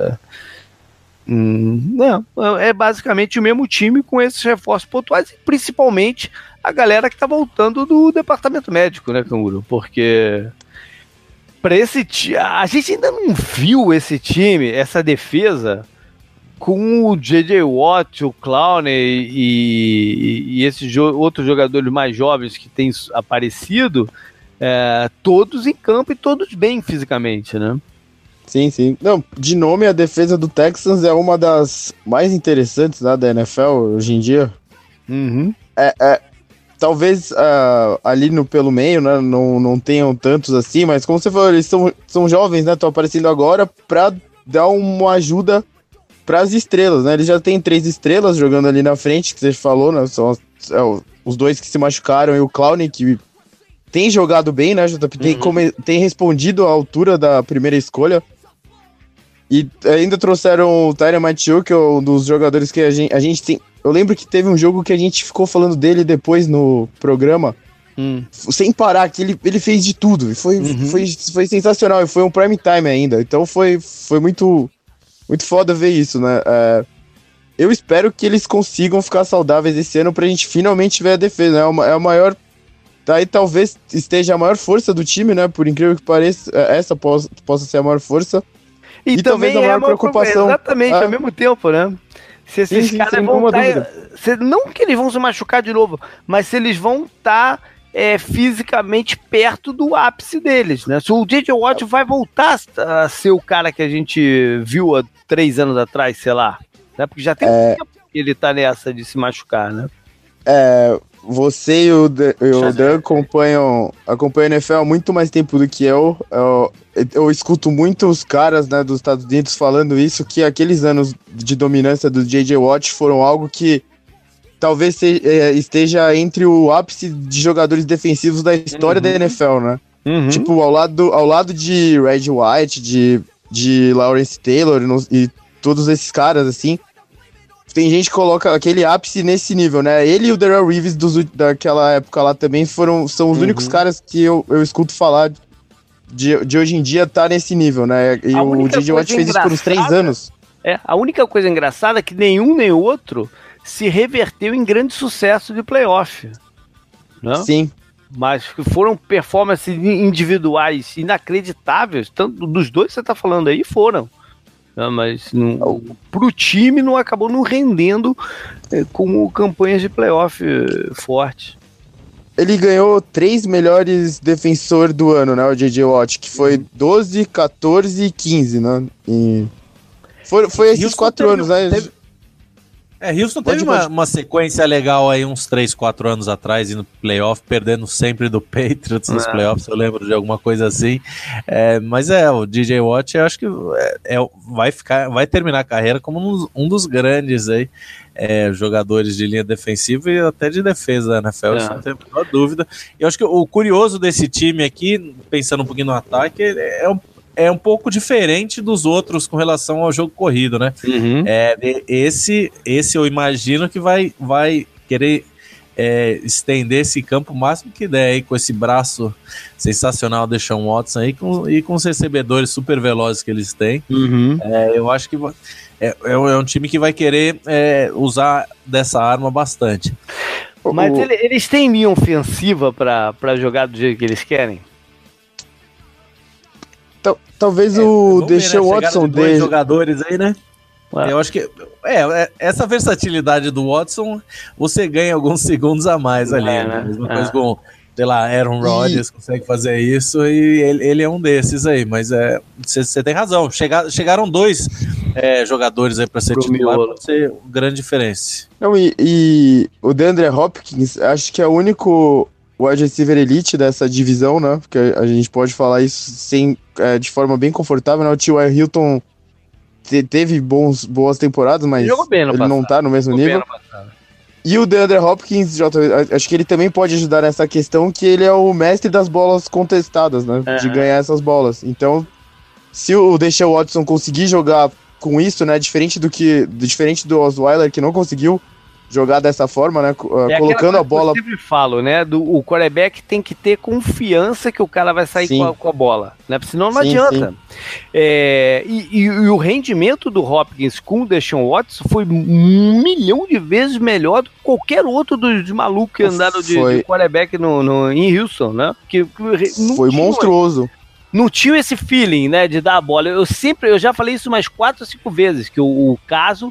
é basicamente o mesmo time com esses reforços pontuais, e principalmente a galera que tá voltando do departamento médico, né, Canguru? Porque para esse time, a gente ainda não viu esse time, essa defesa, com o J.J. Watt, o Clowney e esses outros jogadores mais jovens que têm aparecido, todos em campo e todos bem fisicamente, né? Sim, sim. Não, de nome, a defesa do Texans é uma das mais interessantes, né, da NFL hoje em dia. Uhum. Talvez ali pelo meio, né, não tenham tantos assim, mas como você falou, eles são jovens, né, estão aparecendo agora pra dar uma ajuda pras estrelas, né? Eles já têm 3 estrelas jogando ali na frente, que você falou, né? São os 2 que se machucaram e o Clowney, que tem jogado bem, né? JP tem respondido à altura da primeira escolha. E ainda trouxeram o Tyrann Mathieu, que é um dos jogadores que a gente tem. Eu lembro que teve um jogo que a gente ficou falando dele depois no programa, sem parar, que ele fez de tudo. E foi sensacional, e foi um prime time ainda. Então foi muito. Muito foda ver isso, né? Eu espero que eles consigam ficar saudáveis esse ano pra gente finalmente ver a defesa, né? É a maior... Daí talvez esteja a maior força do time, né? Por incrível que pareça, essa possa ser a maior força. E também talvez a maior preocupação. Exatamente, ao mesmo tempo, né? Se esses caras vão estar... Não que eles vão se machucar de novo, mas se eles vão estar... fisicamente perto do ápice deles, né? Se o J.J. Watt vai voltar a ser o cara que a gente viu há 3 anos atrás, sei lá, né? Porque já tem tempo que ele tá nessa de se machucar, né? Você e o Dan acompanham a NFL há muito mais tempo do que eu. Eu escuto muitos caras, né, dos Estados Unidos falando isso, que aqueles anos de dominância do J.J. Watt foram algo que talvez esteja entre o ápice de jogadores defensivos da história da NFL, né? Tipo, ao lado de Red White, de Lawrence Taylor e todos esses caras, assim, tem gente que coloca aquele ápice nesse nível, né? Ele e o Darrelle Reeves daquela época lá também são os únicos caras que eu escuto falar de hoje em dia tá nesse nível, né? E o J.J. Watt fez isso por uns 3 anos. A única coisa engraçada é que nenhum nem outro se reverteu em grande sucesso de playoff, né? Sim. Mas foram performances individuais inacreditáveis, tanto dos dois que você tá falando aí foram, né? Mas pro time não acabou não rendendo como campanhas de playoff fortes. Ele ganhou 3 melhores defensor do ano, né, o J.J. Watt, que foi 12, 14 e 15, né? E foi esses Houston 4 anos, né? Houston teve uma sequência legal aí uns 3, 4 anos atrás, indo pro playoff, perdendo sempre do Patriots nos playoffs, eu lembro de alguma coisa assim. Mas o DJ Watt, eu acho que vai terminar a carreira como um dos grandes aí, jogadores de linha defensiva e até de defesa da NFL, isso não tem a menor dúvida. Eu acho que o curioso desse time aqui, pensando um pouquinho no ataque, é um pouco diferente dos outros com relação ao jogo corrido, né? Esse eu imagino que vai querer estender esse campo o máximo que der aí, com esse braço sensacional do Deshaun Watson aí, e com os recebedores super velozes que eles têm. Eu acho que é um time que vai querer usar dessa arma bastante. Mas eles têm linha ofensiva para jogar do jeito que eles querem? Talvez o Deshaun Watson dois jogadores aí, né? Eu acho que essa versatilidade do Watson, você ganha alguns segundos a mais ali, né? Mesma coisa com, sei lá, Aaron Rodgers consegue fazer isso, e ele é um desses aí, mas você tem razão, chegaram 2 jogadores aí para ser titular, pode ser grande diferença. Não, e o DeAndre Hopkins, acho que é o único wide receiver elite dessa divisão, né? Porque a gente pode falar isso de forma bem confortável, né? O T.Y. Hilton teve boas temporadas, mas ele não tá no mesmo nível. E o DeAndre Hopkins, acho que ele também pode ajudar nessa questão, que ele é o mestre das bolas contestadas, né? De ganhar essas bolas. Então, se o Deshaun Watson conseguir jogar com isso, né? Diferente do Osweiler, que não conseguiu, jogar dessa forma, né? Colocando a bola. Eu sempre falo, né? O quarterback tem que ter confiança que o cara vai sair com a bola, né? Senão não adianta. Sim. E o rendimento do Hopkins com o Deshaun Watson foi 1 milhão de vezes melhor do que qualquer outro dos malucos que andaram de quarterback em Houston, né? Foi monstruoso. Não tinha esse feeling, né? De dar a bola. Eu já falei isso umas 4 ou 5 vezes, que o caso.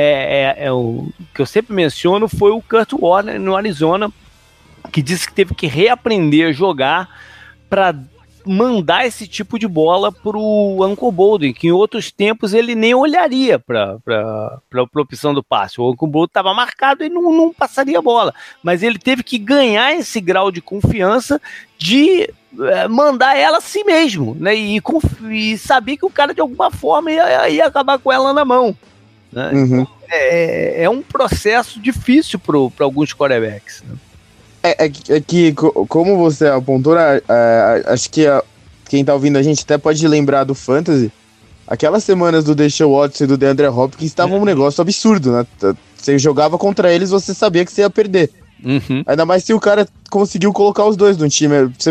O que eu sempre menciono foi o Kurt Warner no Arizona, que disse que teve que reaprender a jogar para mandar esse tipo de bola pro Uncle Bolden, que em outros tempos ele nem olharia para a opção do passe. O Uncle Bolden estava marcado e não passaria a bola, mas ele teve que ganhar esse grau de confiança de mandar ela a si mesmo, né? E saber que o cara de alguma forma ia acabar com ela na mão. Né? Uhum. É um processo difícil para alguns quarterbacks. Né? É que, como você apontou, acho que quem tá ouvindo a gente até pode lembrar do Fantasy. Aquelas semanas do Deshaun Watson e do DeAndre Hopkins estavam um negócio absurdo, né? Você jogava contra eles, você sabia que você ia perder. Uhum. Ainda mais se o cara conseguiu colocar os dois no time. Você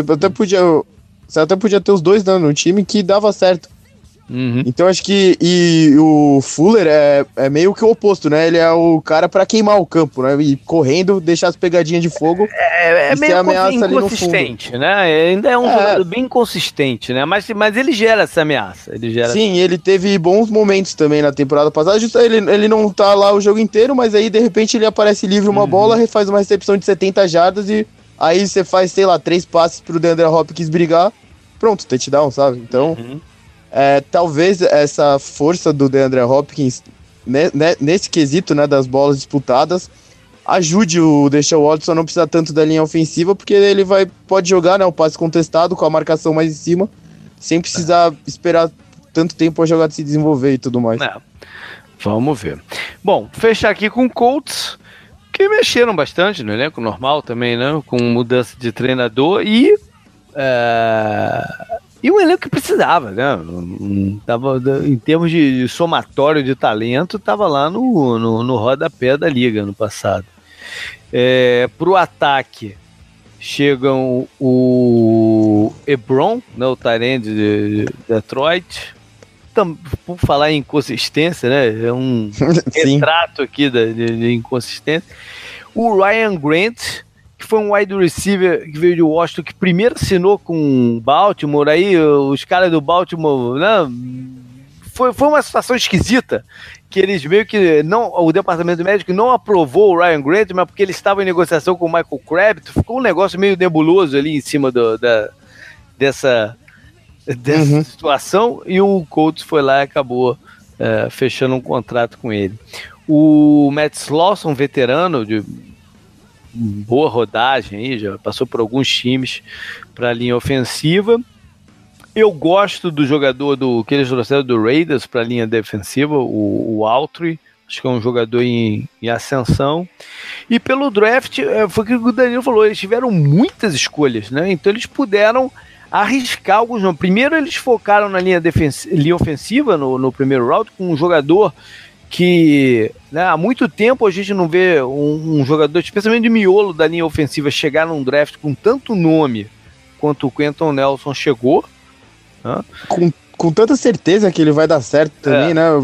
até podia ter os dois no time que dava certo. Uhum. Então acho que o Fuller é meio que o oposto, né? Ele é o cara pra queimar o campo, né? E correndo, deixar as pegadinhas de fogo. É meio inconsistente, né? Ainda é um jogador bem inconsistente, né? Mas ele gera essa ameaça. Sim, ele teve bons momentos também na temporada passada. Ele não tá lá o jogo inteiro, mas aí de repente ele aparece livre uma bola, faz uma recepção de 70 jardas e aí você faz, sei lá, 3 passes pro DeAndre Hopkins brigar. Pronto, touchdown, sabe? Então... talvez essa força do DeAndre Hopkins nesse quesito, né, das bolas disputadas, ajude o Deshaun Watson a não precisar tanto da linha ofensiva, porque ele pode jogar, né, o passe contestado com a marcação mais em cima, sem precisar esperar tanto tempo a jogada se desenvolver e tudo mais. Vamos ver. Bom, fechar aqui com o Colts, que mexeram bastante no elenco normal também, né, com mudança de treinador e um elenco que precisava, né? Tava, em termos de somatório de talento, estava lá no rodapé da liga no passado. Para o ataque, chegam o Ebron, né, o tight end de Detroit. Por falar em inconsistência, né? É um retrato aqui de inconsistência. O Ryan Grant, que foi um wide receiver que veio de Washington, que primeiro assinou com Baltimore, aí os caras do Baltimore, né, foi uma situação esquisita, que eles meio que, o departamento médico não aprovou o Ryan Grant, mas porque ele estava em negociação com o Michael Crabtree, ficou um negócio meio nebuloso ali em cima dessa situação, e o Colts foi lá e acabou fechando um contrato com ele. O Matt Slauson, veterano de boa rodagem aí, já passou por alguns times para a linha ofensiva. Eu gosto do jogador que eles trouxeram do Raiders para a linha defensiva, o Autry, acho que é um jogador em ascensão. E pelo draft, foi o que o Danilo falou, eles tiveram muitas escolhas, né? Então eles puderam arriscar alguns nomes. Primeiro eles focaram na linha ofensiva no primeiro round, com um jogador que, né, há muito tempo a gente não vê um jogador, especialmente de miolo da linha ofensiva, chegar num draft com tanto nome quanto o Quentin Nelson chegou. Né? Com tanta certeza que ele vai dar certo também, né?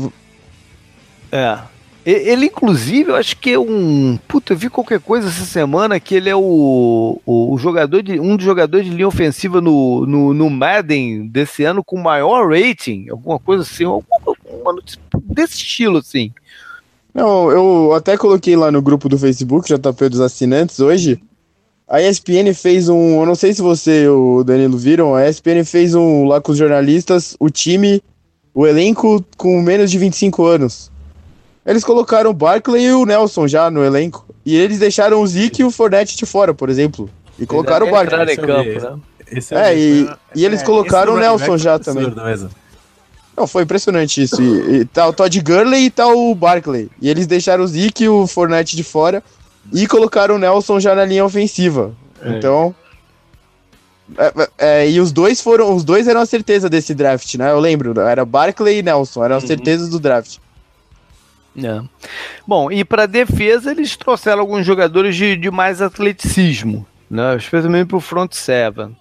Ele, inclusive, eu acho que é eu vi qualquer coisa essa semana que ele é um dos jogadores de linha ofensiva no Madden desse ano com maior rating, alguma coisa assim, uma notícia desse estilo, assim. Não, eu até coloquei lá no grupo do Facebook, JP dos assinantes, hoje. A ESPN fez eu não sei se você e o Danilo viram, a ESPN fez lá com os jornalistas, o elenco com menos de 25 anos. Eles colocaram o Barkley e o Nelson já no elenco. E eles deixaram o Zeke e o Fournette de fora, por exemplo. E colocaram o Barkley. E eles colocaram o Nelson já também. Não, foi impressionante isso. E tá o Todd Gurley e tá o Barkley. E eles deixaram o Zeke e o Fournette de fora e colocaram o Nelson já na linha ofensiva. Então... e os dois eram a certeza desse draft, né? Eu lembro, era Barkley e Nelson, eram as certezas do draft. Bom, e para defesa eles trouxeram alguns jogadores de mais atleticismo, né? Especialmente para o front seven,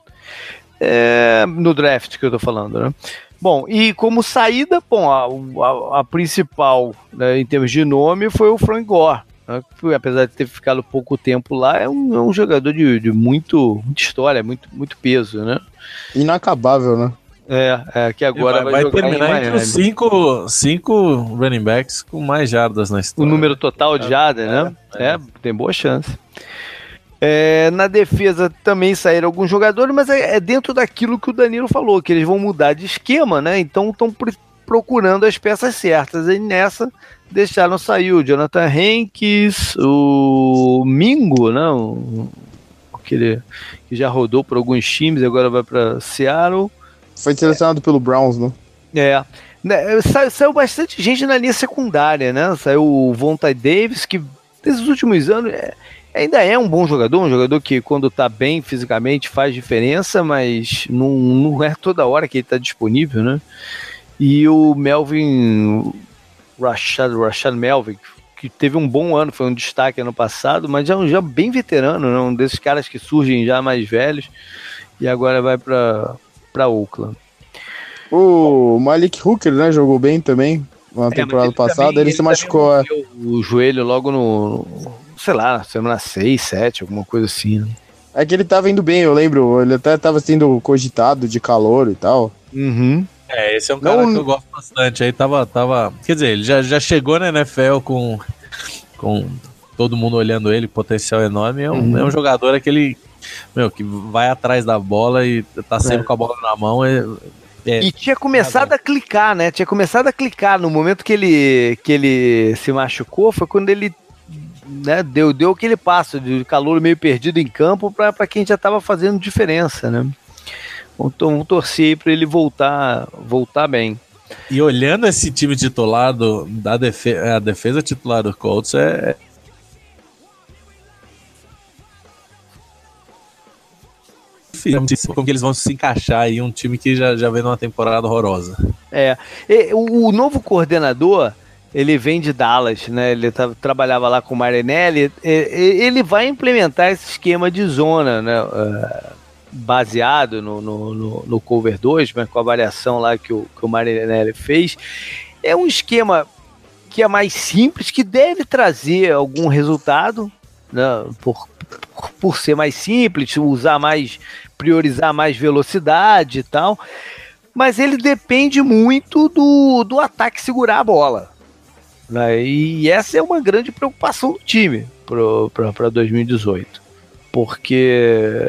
no draft que eu tô falando, né? Bom, e como saída, a principal, né, em termos de nome foi o Frank Gore, né, que, apesar de ter ficado pouco tempo lá, é um jogador de muita história, muito peso, né? Inacabável, né? Que agora vai jogar terminar entre os cinco running backs com mais jardas na história. O número total de jardas, né? Tem boa chance. Na defesa também saíram alguns jogadores, mas é dentro daquilo que o Danilo falou, que eles vão mudar de esquema, né? Então estão procurando as peças certas. E nessa deixaram sair o Jonathan Hankins, o Mingo, né? Que já rodou por alguns times, agora vai para Seattle. Foi selecionado pelo Browns, né? Saiu bastante gente na linha secundária, né? Saiu o Vontae Davis, que nesses últimos anos ainda é um bom jogador, um jogador que quando tá bem fisicamente faz diferença, mas não é toda hora que ele tá disponível, né? E o Melvin Rashad Melvin, que teve um bom ano, foi um destaque ano passado, mas já bem veterano, né? Um desses caras que surgem já mais velhos e agora vai para Oakland. O Malik Hooker, né, jogou bem também na temporada passada, ele se machucou. O joelho logo no sei lá, semana 6, 7, alguma coisa assim, né? É que ele tava indo bem, eu lembro, ele até tava sendo cogitado de calor e tal. Uhum. Esse é um cara que eu gosto bastante, aí tava, quer dizer, ele já chegou na NFL com todo mundo olhando ele, potencial enorme, é um jogador aquele, que vai atrás da bola e tá sempre com a bola na mão. E tinha começado a clicar, né? Tinha começado a clicar no momento que ele se machucou, foi quando ele, né, deu aquele passo de calor meio perdido em campo para quem já estava fazendo diferença, né? Vamos torcer para ele voltar bem. E olhando esse time titular a defesa titular do Colts como que eles vão se encaixar aí, um time que já vem numa temporada horrorosa. O novo coordenador, ele vem de Dallas, né? Ele trabalhava lá com o Marinelli. Ele vai implementar esse esquema de zona, né? Baseado no Cover 2, mas com a variação lá que o Marinelli fez. É um esquema que é mais simples, que deve trazer algum resultado, né? Por ser mais simples, priorizar mais velocidade e tal, mas ele depende muito do ataque segurar a bola, né? E essa é uma grande preocupação do time para 2018, porque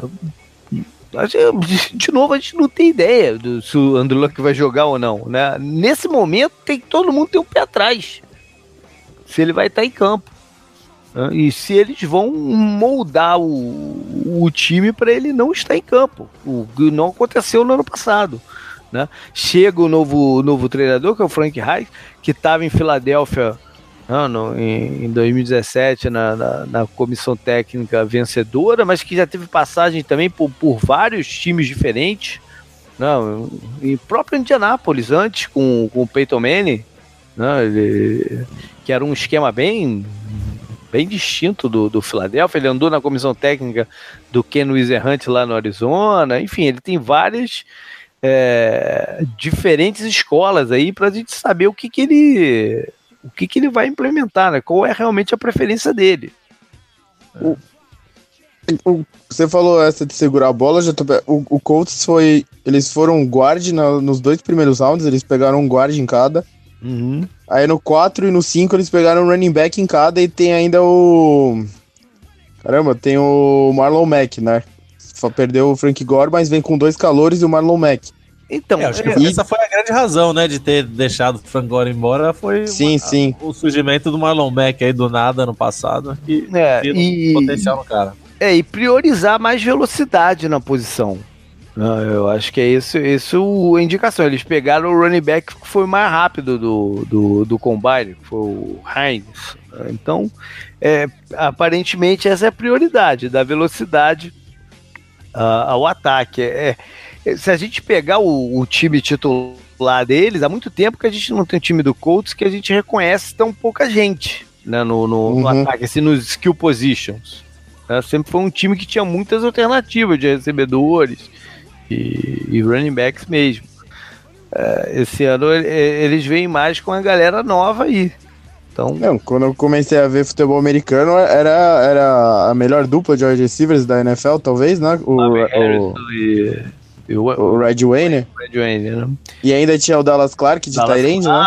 de novo a gente não tem ideia se o Andrew Luck vai jogar ou não, né? Nesse momento todo mundo tem um pé atrás se ele vai estar em campo, e se eles vão moldar o time para ele não estar em campo. O que não aconteceu no ano passado, né? Chega o novo treinador, que é o Frank Reich, que estava em Filadélfia em 2017 na comissão técnica vencedora, mas que já teve passagem também por vários times diferentes, não, e próprio Indianápolis antes com o Peyton Manning, né, que era um esquema bem distinto do Philadelphia. Ele andou na comissão técnica do Ken Whisenhunt lá no Arizona. Enfim, ele tem várias diferentes escolas aí para a gente saber o que ele vai implementar, né? Qual é realmente a preferência dele. Você falou essa de segurar a bola, o Colts eles foram guard nos 2 primeiros rounds, eles pegaram um guard em cada. Uhum. Aí no 4 e no 5 eles pegaram um running back em cada, e tem ainda tem o Marlon Mack, né? Perdeu o Frank Gore, mas vem com 2 calores e o Marlon Mack. Então, acho que essa foi a grande razão, né, de ter deixado o Frank Gore embora, foi o surgimento do Marlon Mack aí do nada ano passado, que tem potencial no cara. E priorizar mais velocidade na posição. Eu acho que é isso a indicação. Eles pegaram o running back que foi mais rápido do combine, que foi o Hines. Então, aparentemente essa é a prioridade, da velocidade ao ataque. se a gente pegar o time titular deles, há muito tempo que a gente não tem um time do Colts que a gente reconhece tão pouca gente, né, no ataque, assim, nos skill positions. Sempre foi um time que tinha muitas alternativas de recebedores e running backs mesmo. Esse ano eles vêm mais com a galera nova aí. Então... Não, quando eu comecei a ver futebol americano, era a melhor dupla de wide receivers da NFL, talvez, né? O Red Wayne. Né? E ainda tinha o Dallas Clark de tight end, né?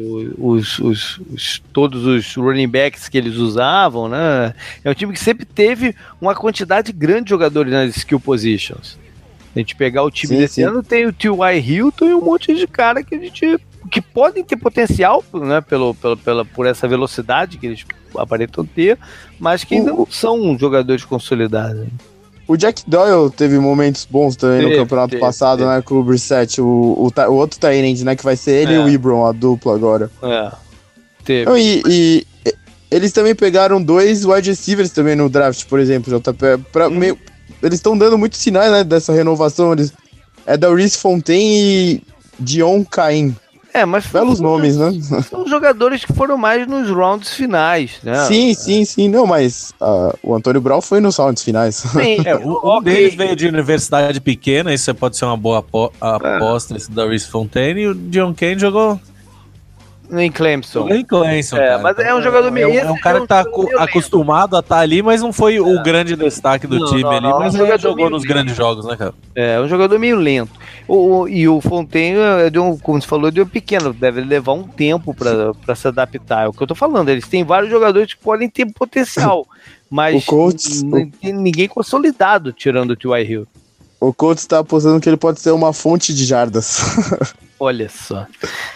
Todos os running backs que eles usavam, né? É um time que sempre teve uma quantidade grande de jogadores nas skill positions. A gente pegar o time desse ano, tem o T.Y. Hilton e um monte de cara que podem ter potencial, né, por essa velocidade que eles aparentam ter, mas que ainda não são jogadores consolidados. O Jack Doyle teve momentos bons também no campeonato passado, né, com o Brissett, o outro tight end, né, que vai ser ele e o Ebron, a dupla agora. Teve. Não, e eles também pegaram 2 wide receivers também no draft, por exemplo, JP, eles estão dando muitos sinais, né, dessa renovação. É da Reese Fontaine e Dion Cain. Mas belos nomes, né? São jogadores que foram mais nos rounds finais, né? Sim. Não, mas o Antônio Brown foi nos rounds finais. Sim, um deles veio de universidade pequena, isso pode ser uma boa aposta, esse da Reese Fontaine, e o Dion Cain jogou em Clemson. Cara. Mas é um jogador meio... É um cara que tá acostumado a estar ali, mas não foi o grande destaque do time ali, mas ele jogou nos grandes jogos, né, cara? É um jogador meio lento. E o Fontaine, como você falou, de um pequeno, deve levar um tempo pra se adaptar. É o que eu tô falando, eles têm vários jogadores que podem ter potencial, mas não tem ninguém consolidado tirando o T.Y. Hilton. O Colts tá apostando que ele pode ser uma fonte de jardas. Olha só.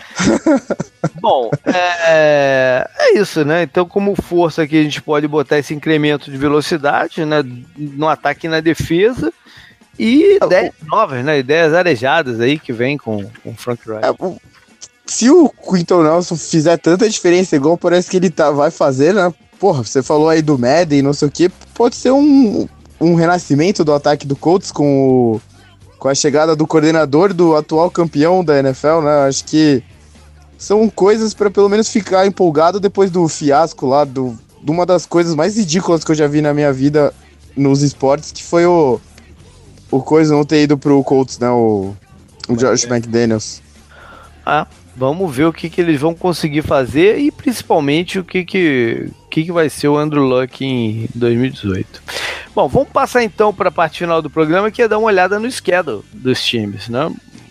Bom, é isso, né? Então, como força aqui, a gente pode botar esse incremento de velocidade, né, no ataque e na defesa, e ideias novas, né? Ideias arejadas aí que vem com o Frank Reich. Se o Quinton Nelson fizer tanta diferença igual parece que ele vai fazer, né? Porra, você falou aí do Madden, não sei o que, pode ser um renascimento do ataque do Colts com a chegada do coordenador do atual campeão da NFL, né? Acho que são coisas para pelo menos ficar empolgado depois do fiasco lá, de uma das coisas mais ridículas que eu já vi na minha vida nos esportes, que foi o coisa não ter ido pro Colts, né? O Josh McDaniels. Vamos ver o que eles vão conseguir fazer e principalmente o que vai ser o Andrew Luck em 2018. Bom, vamos passar então para a parte final do programa, que é dar uma olhada no schedule dos times, né?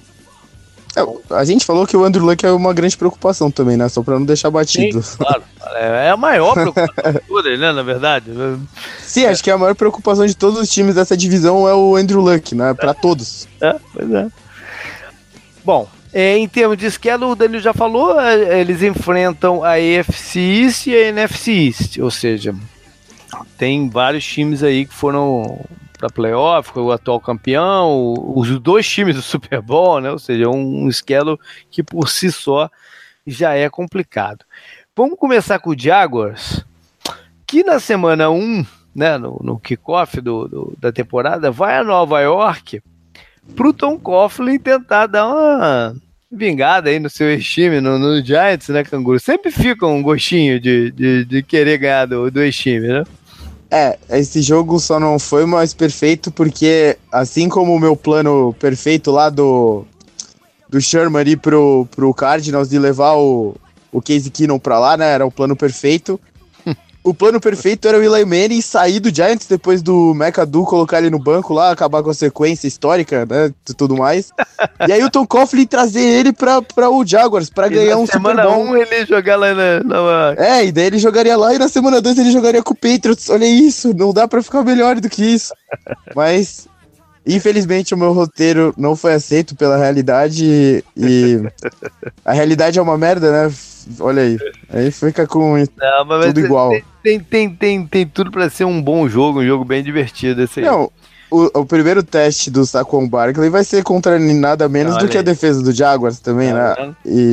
A gente falou que o Andrew Luck é uma grande preocupação também, né? Só para não deixar batido. Sim, claro. É a maior preocupação de todas, né? Na verdade. Sim, acho que a maior preocupação de todos os times dessa divisão é o Andrew Luck, né? Para todos. Pois é. Bom, em termos de schedule, o Danilo já falou, eles enfrentam a AFC East e a NFC East, ou seja, tem vários times aí que foram para playoff, foi o atual campeão, os 2 times do Super Bowl, né? Ou seja, um schedule que por si só já é complicado. Vamos começar com o Jaguars, que na semana 1, né, no kickoff da temporada, vai a Nova York pro Tom Coughlin tentar dar uma vingada aí no seu ex-time, no Giants, né, Canguru? Sempre fica um gostinho de querer ganhar do ex-time, né? Esse jogo só não foi mais perfeito porque, assim como o meu plano perfeito lá do Sherman ir pro Cardinals de levar o Case Keenum pra lá, né, era o plano perfeito. O plano perfeito era o Eli Manning sair do Giants depois do McAdoo colocar ele no banco lá, acabar com a sequência histórica, né, e tudo mais. E aí o Tom Coughlin trazer ele pra o Jaguars, pra ganhar um Super Bowl. Na semana 1 ele jogar lá na... e daí ele jogaria lá e na semana 2 ele jogaria com o Patriots. Olha isso, não dá pra ficar melhor do que isso. Mas, infelizmente, o meu roteiro não foi aceito pela realidade e a realidade é uma merda, né? Olha aí. Aí fica com tudo igual. Tem tudo pra ser um bom jogo, um jogo bem divertido esse aí. Não, o primeiro teste do Saquon Barkley vai ser contra nada menos do que a defesa do Jaguars também, né? E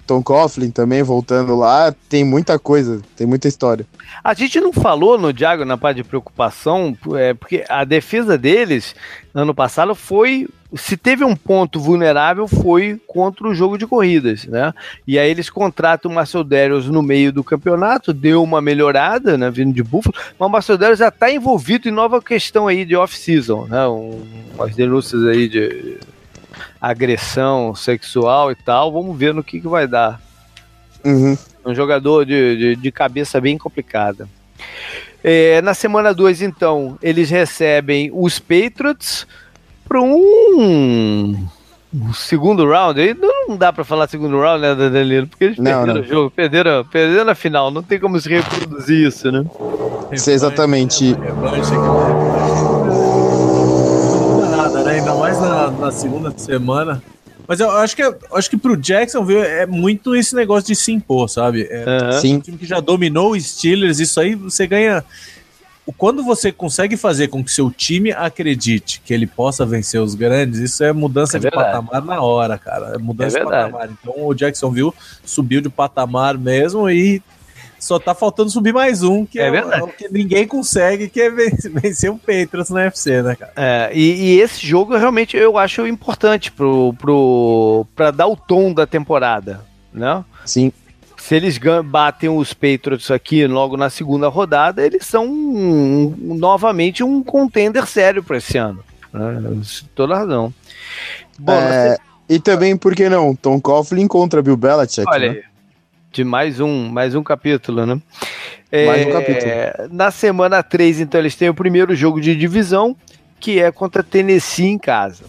Tom Coughlin também voltando lá, tem muita coisa, tem muita história. A gente não falou no Diago na parte de preocupação, porque a defesa deles, ano passado, se teve um ponto vulnerável, foi contra o jogo de corridas, né? E aí eles contratam o Marcel Darius no meio do campeonato, deu uma melhorada, né, vindo de Buffalo, mas o Marcel Darius já está envolvido em nova questão aí de off-season, né? Umas denúncias aí de agressão sexual e tal, vamos ver no que vai dar. Um jogador de cabeça bem complicada. Na semana 2, então, eles recebem os Patriots para um segundo round. Aí não dá para falar segundo round, né, Danilo? Porque eles perderam o jogo, perderam na final, não tem como se reproduzir isso, né? Isso, exatamente. Ainda mais na segunda semana. Mas eu acho que pro Jacksonville é muito esse negócio de se impor, sabe? Sim. Um time que já dominou os Steelers, isso aí você ganha. Quando você consegue fazer com que seu time acredite que ele possa vencer os grandes, isso é mudança de patamar na hora, cara. É mudança de patamar. Então o Jacksonville subiu de patamar mesmo e só tá faltando subir mais um, que é o que ninguém consegue, que é vencer o Patriots na UFC, né, cara? E esse jogo realmente eu acho importante pra dar o tom da temporada, né? Sim. Se eles batem os Patriots aqui logo na segunda rodada, eles são novamente um contender sério para esse ano. Né? Toda razão. Bom, e também, por que não? Tom Coughlin contra Bill Belichick. Olha aí. Né? De mais um capítulo, né? Mais um capítulo. Na semana 3, então, eles têm o primeiro jogo de divisão, que é contra Tennessee em casa.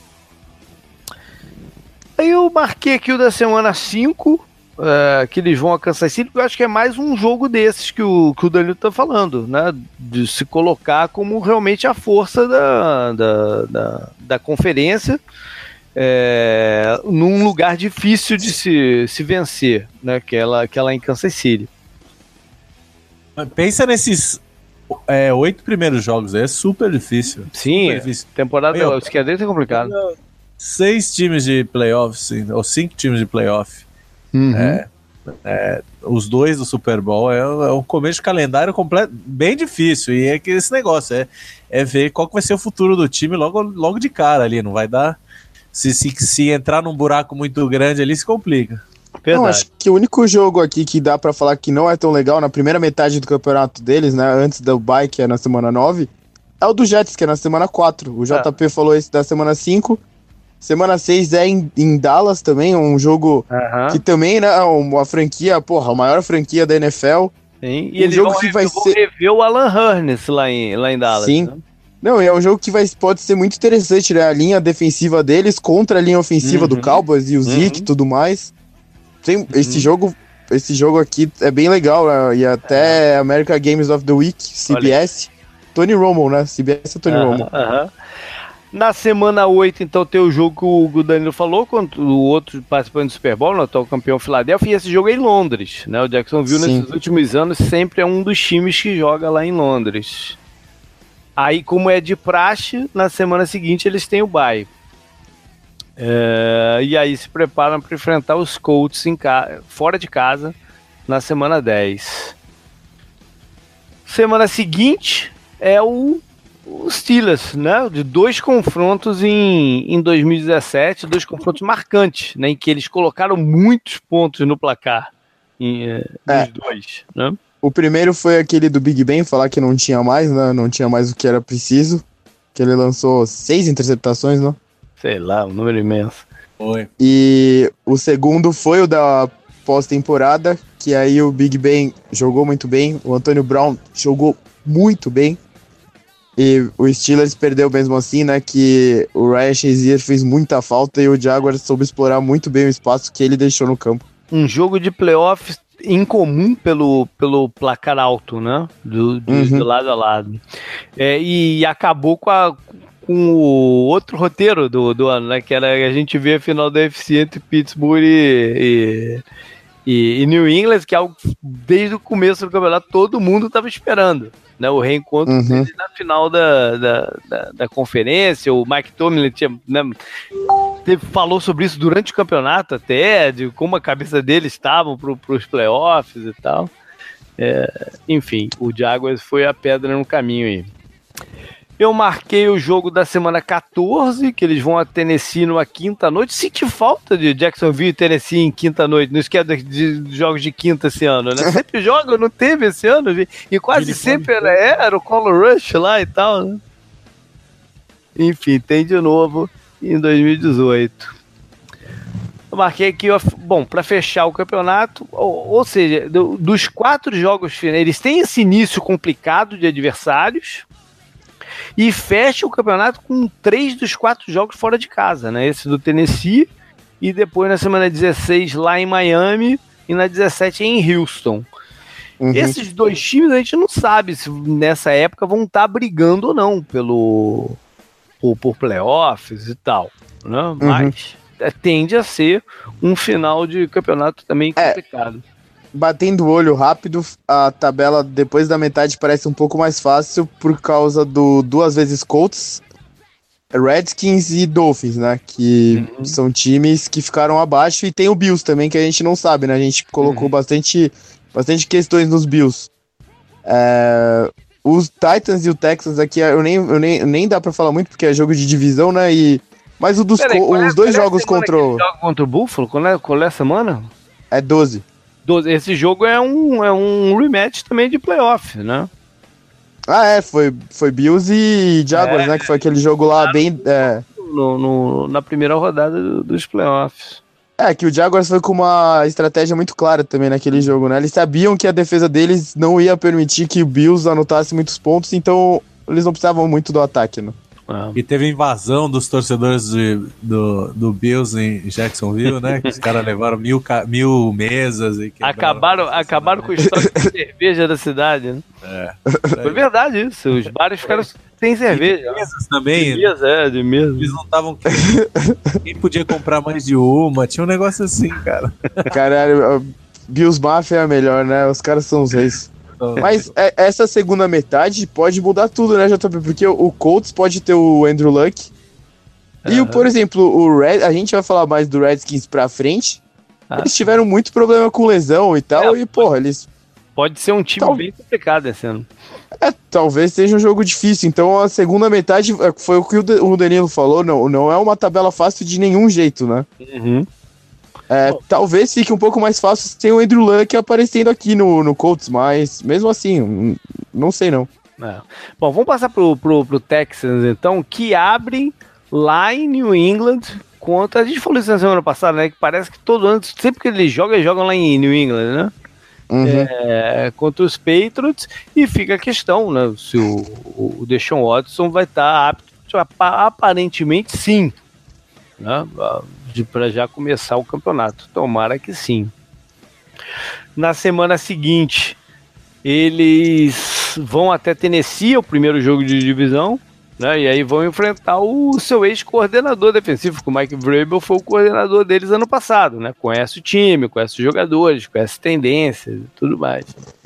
Aí eu marquei aqui o da semana 5, que eles vão a Kansas City, porque eu acho que é mais um jogo desses que o Danilo tá falando, né? De se colocar como realmente a força da conferência, num lugar difícil de se vencer, né? Que é lá em Kansas City. Pensa nesses 8 primeiros jogos, é super difícil. Sim, super difícil. Temporada, o esquadrão é complicado. 6 times de playoffs, ou 5 times de playoff. Os 2 do Super Bowl é um começo de calendário completo, bem difícil, e é que esse negócio é ver qual que vai ser o futuro do time logo de cara ali, não vai dar. Se entrar num buraco muito grande ali, se complica. Não, acho que o único jogo aqui que dá pra falar que não é tão legal na primeira metade do campeonato deles, né, antes do bye, que é na semana 9, é o do Jets, que é na semana 4. O JP falou esse da semana 5. Semana 6 é em Dallas também, um jogo que também, né, uma franquia, a maior franquia da NFL. Sim, e eles vão rever o Alan Hurns lá em Dallas. Sim. Né? Não, é um jogo que pode ser muito interessante, né? A linha defensiva deles contra a linha ofensiva do Cowboys e o Zeke e tudo mais. Esse jogo aqui é bem legal, né? E até American Games of the Week, CBS. Tony Romo, né? CBS é Tony Romo. Na semana 8, então, tem o jogo que o Danilo falou, contra o outro participante do Super Bowl, o atual campeão Philadelphia, e esse jogo é em Londres, né? O Jacksonville, nesses últimos anos, sempre é um dos times que joga lá em Londres. Aí, como é de praxe, na semana seguinte eles têm o bye. E aí se preparam para enfrentar os Colts fora de casa na semana 10. Semana seguinte é os Steelers, né? De 2 confrontos em 2017, 2 confrontos marcantes, né? Em que eles colocaram muitos pontos no placar nos 2, né? O primeiro foi aquele do Big Ben, falar que não tinha mais, né? Não tinha mais o que era preciso. Que ele lançou 6 interceptações, não? Sei lá, um número imenso. Foi. E o segundo foi o da pós-temporada, que aí o Big Ben jogou muito bem, o Antônio Brown jogou muito bem. E o Steelers perdeu mesmo assim, né? Que o Ryan Shazier fez muita falta e o Jaguars soube explorar muito bem o espaço que ele deixou no campo. Um jogo de playoffs incomum pelo placar alto, né? Do lado a lado. E acabou com o outro roteiro do ano, né? Que era a gente vê a final da UFC entre Pittsburgh e New England, que é algo desde o começo do campeonato todo mundo estava esperando, né? O reencontro deles na final da conferência. O Mike Tomlin tinha, né, falou sobre isso durante o campeonato até, de como a cabeça deles estavam para os playoffs e tal. Enfim, o Jaguars foi a pedra no caminho aí. Eu marquei o jogo da semana 14, que eles vão a Tennessee numa quinta-noite. Senti falta de Jacksonville e Tennessee em quinta-noite. Não esquece de jogos de quinta esse ano, né? Sempre joga, não teve esse ano. E quase sempre era o Color Rush lá e tal, né? Enfim, tem de novo em 2018. Eu marquei aqui, bom, para fechar o campeonato, ou seja, dos 4 jogos finais, eles têm esse início complicado de adversários, e fecha o campeonato com 3 dos 4 jogos fora de casa, né? Esse do Tennessee, e depois na semana 16 lá em Miami, e na 17 em Houston. Uhum. Esses 2 times a gente não sabe se nessa época vão estar brigando ou não por playoffs e tal, né? Uhum. Mas tende a ser um final de campeonato também complicado. Batendo o olho rápido, a tabela depois da metade parece um pouco mais fácil por causa do 2 vezes Colts, Redskins e Dolphins, né? Que são times que ficaram abaixo, e tem o Bills também, que a gente não sabe, né? A gente colocou bastante questões nos Bills. Os Titans e o Texans aqui, nem dá pra falar muito, porque é jogo de divisão, né? Mas os 2 jogos contra o Buffalo, qual é a semana? É 12. Esse jogo é um rematch também de playoff, né? Foi Bills e Jaguars, né? Que foi aquele jogo lá bem... Na primeira rodada dos playoffs. Que o Jaguars foi com uma estratégia muito clara também naquele jogo, né? Eles sabiam que a defesa deles não ia permitir que o Bills anotasse muitos pontos, então eles não precisavam muito do ataque, né? E teve invasão dos torcedores do Bills em Jacksonville, né? Que os caras levaram 1000 mesas. E acabaram com o estoque de cerveja da cidade, né? Foi verdade isso. Os bares ficaram sem cerveja. De mesas também. De mesa. Eles não estavam... Quem podia comprar mais de uma? Tinha um negócio assim, cara. Caralho, Bills Mafia é a melhor, né? Os caras são os reis. Mas essa segunda metade pode mudar tudo, né, JP? Porque o Colts pode ter o Andrew Luck. E, por exemplo, a gente vai falar mais do Redskins pra frente. Eles tiveram muito problema com lesão e tal. E, porra, eles... Pode ser um time bem complicado esse ano. Talvez seja um jogo difícil. Então, a segunda metade, foi o que o Danilo falou, não é uma tabela fácil de nenhum jeito, né? Uhum. Talvez fique um pouco mais fácil sem o Andrew Luck aparecendo aqui no Colts, mas mesmo assim, não sei não. Bom, vamos passar pro Texans então, que abrem lá em New England contra... A gente falou isso na semana passada, né? Que parece que todo ano, sempre que eles jogam lá em New England, né? Uhum. Contra os Patriots, e fica a questão, né? Se o Deshaun Watson vai estar apto, aparentemente sim, né? Para já começar o campeonato. Tomara que sim. Na semana seguinte, eles vão até Tennessee, o primeiro jogo de divisão, né? E aí vão enfrentar o seu ex-coordenador defensivo, que o Mike Vrabel foi o coordenador deles ano passado, né? Conhece o time, conhece os jogadores, conhece tendências e tudo mais.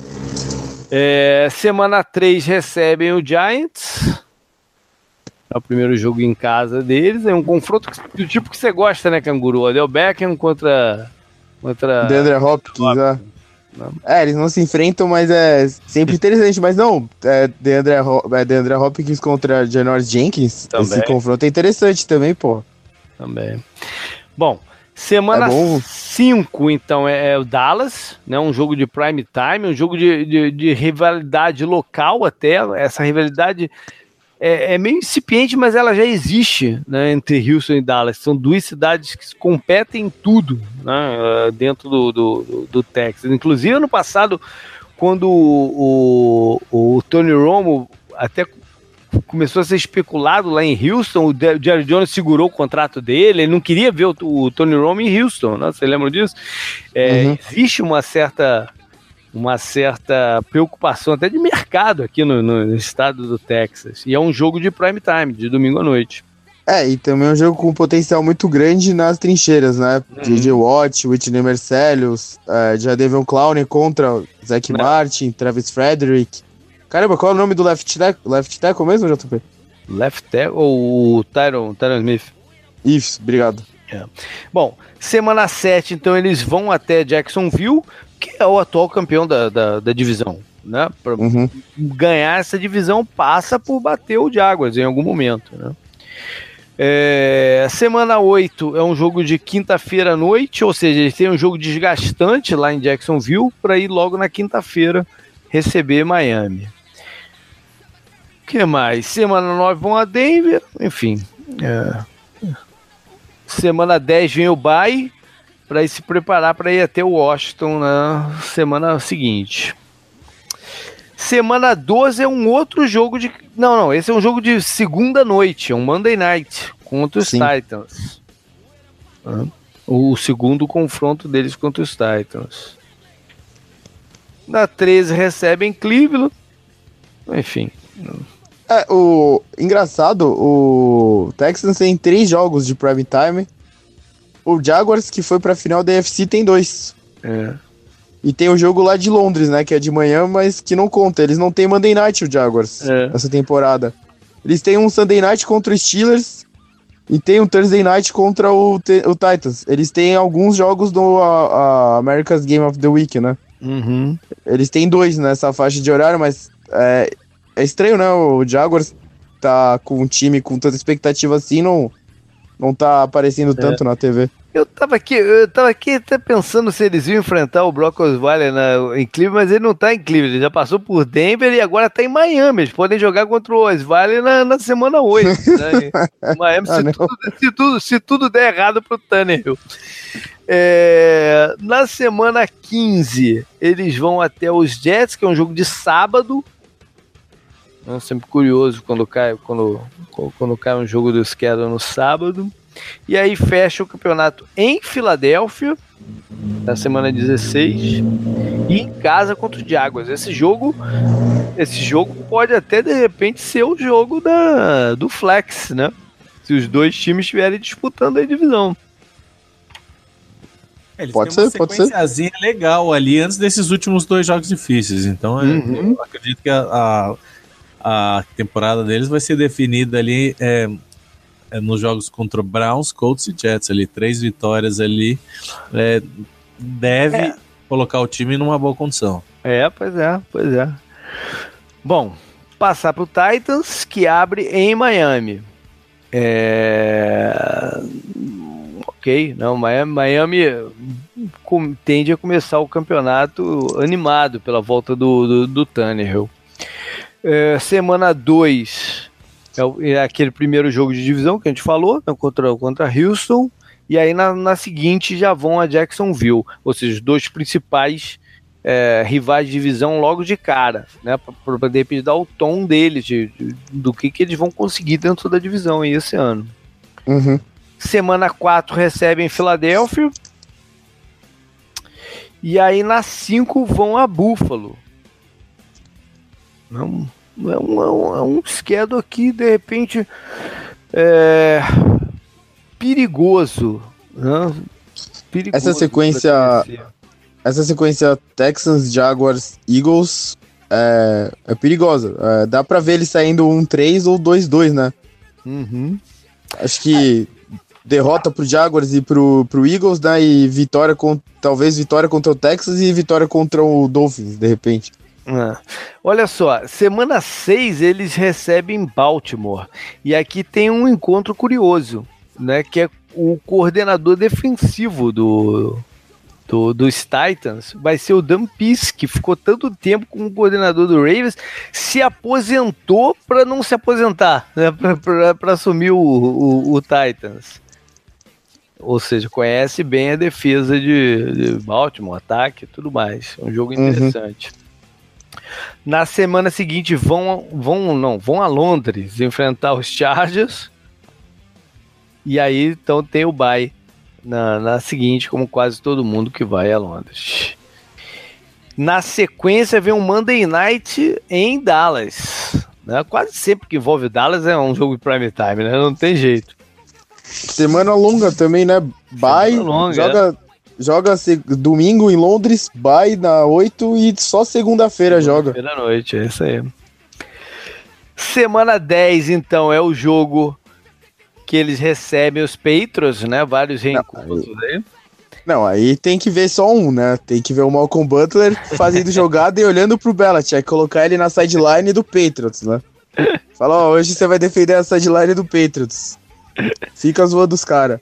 Semana 3 recebem o Giants. É o primeiro jogo em casa deles. É um confronto do tipo que você gosta, né, Canguru? Odell Beckham contra DeAndre Hopkins, né? Eles não se enfrentam, mas é sempre interessante. Mas não, DeAndre Hopkins contra Janoris Jenkins. Também. Esse confronto é interessante também, pô. Também. Bom, semana 5, então, é o Dallas, né? Um jogo de prime time, um jogo de rivalidade local até. Essa rivalidade é meio incipiente, mas ela já existe, né, entre Houston e Dallas. São 2 cidades que competem em tudo, né, dentro do Texas. Inclusive, ano passado, quando o Tony Romo até começou a ser especulado lá em Houston, o Jerry Jones segurou o contrato dele, ele não queria ver o Tony Romo em Houston, né? Você lembra disso? Existe uma certa preocupação até de mercado aqui no estado do Texas. E é um jogo de prime time, de domingo à noite. E também é um jogo com um potencial muito grande nas trincheiras, né? J.J. Watt, Whitney Mercilus, Jadeveon Clowney contra Zach Martin, Travis Frederick. Caramba, qual é o nome do left tackle mesmo, JP? Left tackle ou o Tyron Smith? Isso, obrigado. Bom, semana 7, então, eles vão até Jacksonville, que é o atual campeão da divisão, né? Para ganhar essa divisão, passa por bater o Jaguars em algum momento, né? Semana 8 é um jogo de quinta-feira à noite, ou seja, eles têm um jogo desgastante lá em Jacksonville para ir logo na quinta-feira receber Miami. O que mais? Semana 9 vão a Denver, enfim. Semana 10 vem o bye para se preparar para ir até o Washington na semana seguinte. Semana 12 é um outro jogo de... Não, esse é um jogo de segunda noite, é um Monday Night contra os Titans. O segundo confronto deles contra os Titans. Na 13 recebem Cleveland. Enfim. Engraçado, o Texans tem 3 jogos de prime time. O Jaguars, que foi pra final da AFC, tem 2. E tem o jogo lá de Londres, né? Que é de manhã, mas que não conta. Eles não têm Monday Night, o Jaguars, essa temporada. Eles têm um Sunday Night contra os Steelers e tem um Thursday Night contra o Titans. Eles têm alguns jogos do America's Game of the Week, né? Eles têm 2 nessa faixa de horário, mas é estranho, né? O Jaguars tá com um time com tanta expectativa assim, não tá aparecendo tanto na TV. Eu tava aqui até pensando se eles iam enfrentar o Brock Osweiler em Cleveland, mas ele não tá em Cleveland, ele já passou por Denver e agora tá em Miami. Eles podem jogar contra o Osweiler na semana 8, né? Miami, se tudo der errado pro Tannehill. Na semana 15, eles vão até os Jets, que é um jogo de sábado. É sempre curioso quando cai um jogo do schedule no sábado. E aí fecha o campeonato em Filadélfia, na semana 16, e em casa contra o Jaguars. Esse jogo pode até de repente ser o jogo do Flex, né? Se os dois times estiverem disputando a divisão. Eles têm uma sequenciazinha legal ali antes desses últimos 2 jogos difíceis. Então eu acredito que a temporada deles vai ser definida ali nos jogos contra Browns, Colts e Jets ali, 3 vitórias ali, deve colocar o time numa boa condição. Pois é. Bom, passar pro Titans, que abre em Miami. Ok, não, Miami tende a começar o campeonato animado pela volta do Tannehill. Semana 2 é aquele primeiro jogo de divisão que a gente falou, né, contra Houston, e aí na seguinte já vão a Jacksonville, ou seja, os 2 principais rivais de divisão logo de cara, né, para de repente dar o tom deles, do que eles vão conseguir dentro da divisão aí esse ano. Semana 4 recebem Filadélfia, e aí na 5 vão a Buffalo. É um schedule aqui, de repente, perigoso, né? Perigoso. Essa sequência Texans, Jaguars, Eagles é perigosa. Dá pra ver eles saindo 1-3 ou 2-2, né? Acho que derrota pro Jaguars e pro Eagles, né? E talvez vitória contra o Texas e vitória contra o Dolphins, de repente. Olha só, semana 6 eles recebem Baltimore, e aqui tem um encontro curioso, né, que é o coordenador defensivo dos Titans, vai ser o Dan Pease, que ficou tanto tempo como coordenador do Ravens, se aposentou para não se aposentar, né, para assumir o Titans. Ou seja, conhece bem a defesa de Baltimore, ataque e tudo mais. É um jogo interessante. Na semana seguinte vão a Londres enfrentar os Chargers, e aí então tem o bye na seguinte, como quase todo mundo que vai a Londres. Na sequência vem um Monday Night em Dallas, né? Quase sempre que envolve Dallas é um jogo de prime time, né? Não tem jeito. Semana longa também, né? Bye, joga domingo em Londres, bye na 8 e só segunda-feira joga. Segunda-feira à noite, é isso aí. Semana 10, então, é o jogo que eles recebem os Patriots, né? Vários reencontros aí. Não, aí tem que ver só um, né? Tem que ver o Malcolm Butler fazendo jogada e olhando pro Belichick, colocar ele na sideline do Patriots, né? Fala, ó, hoje você vai defender a sideline do Patriots. Fica zoando os caras.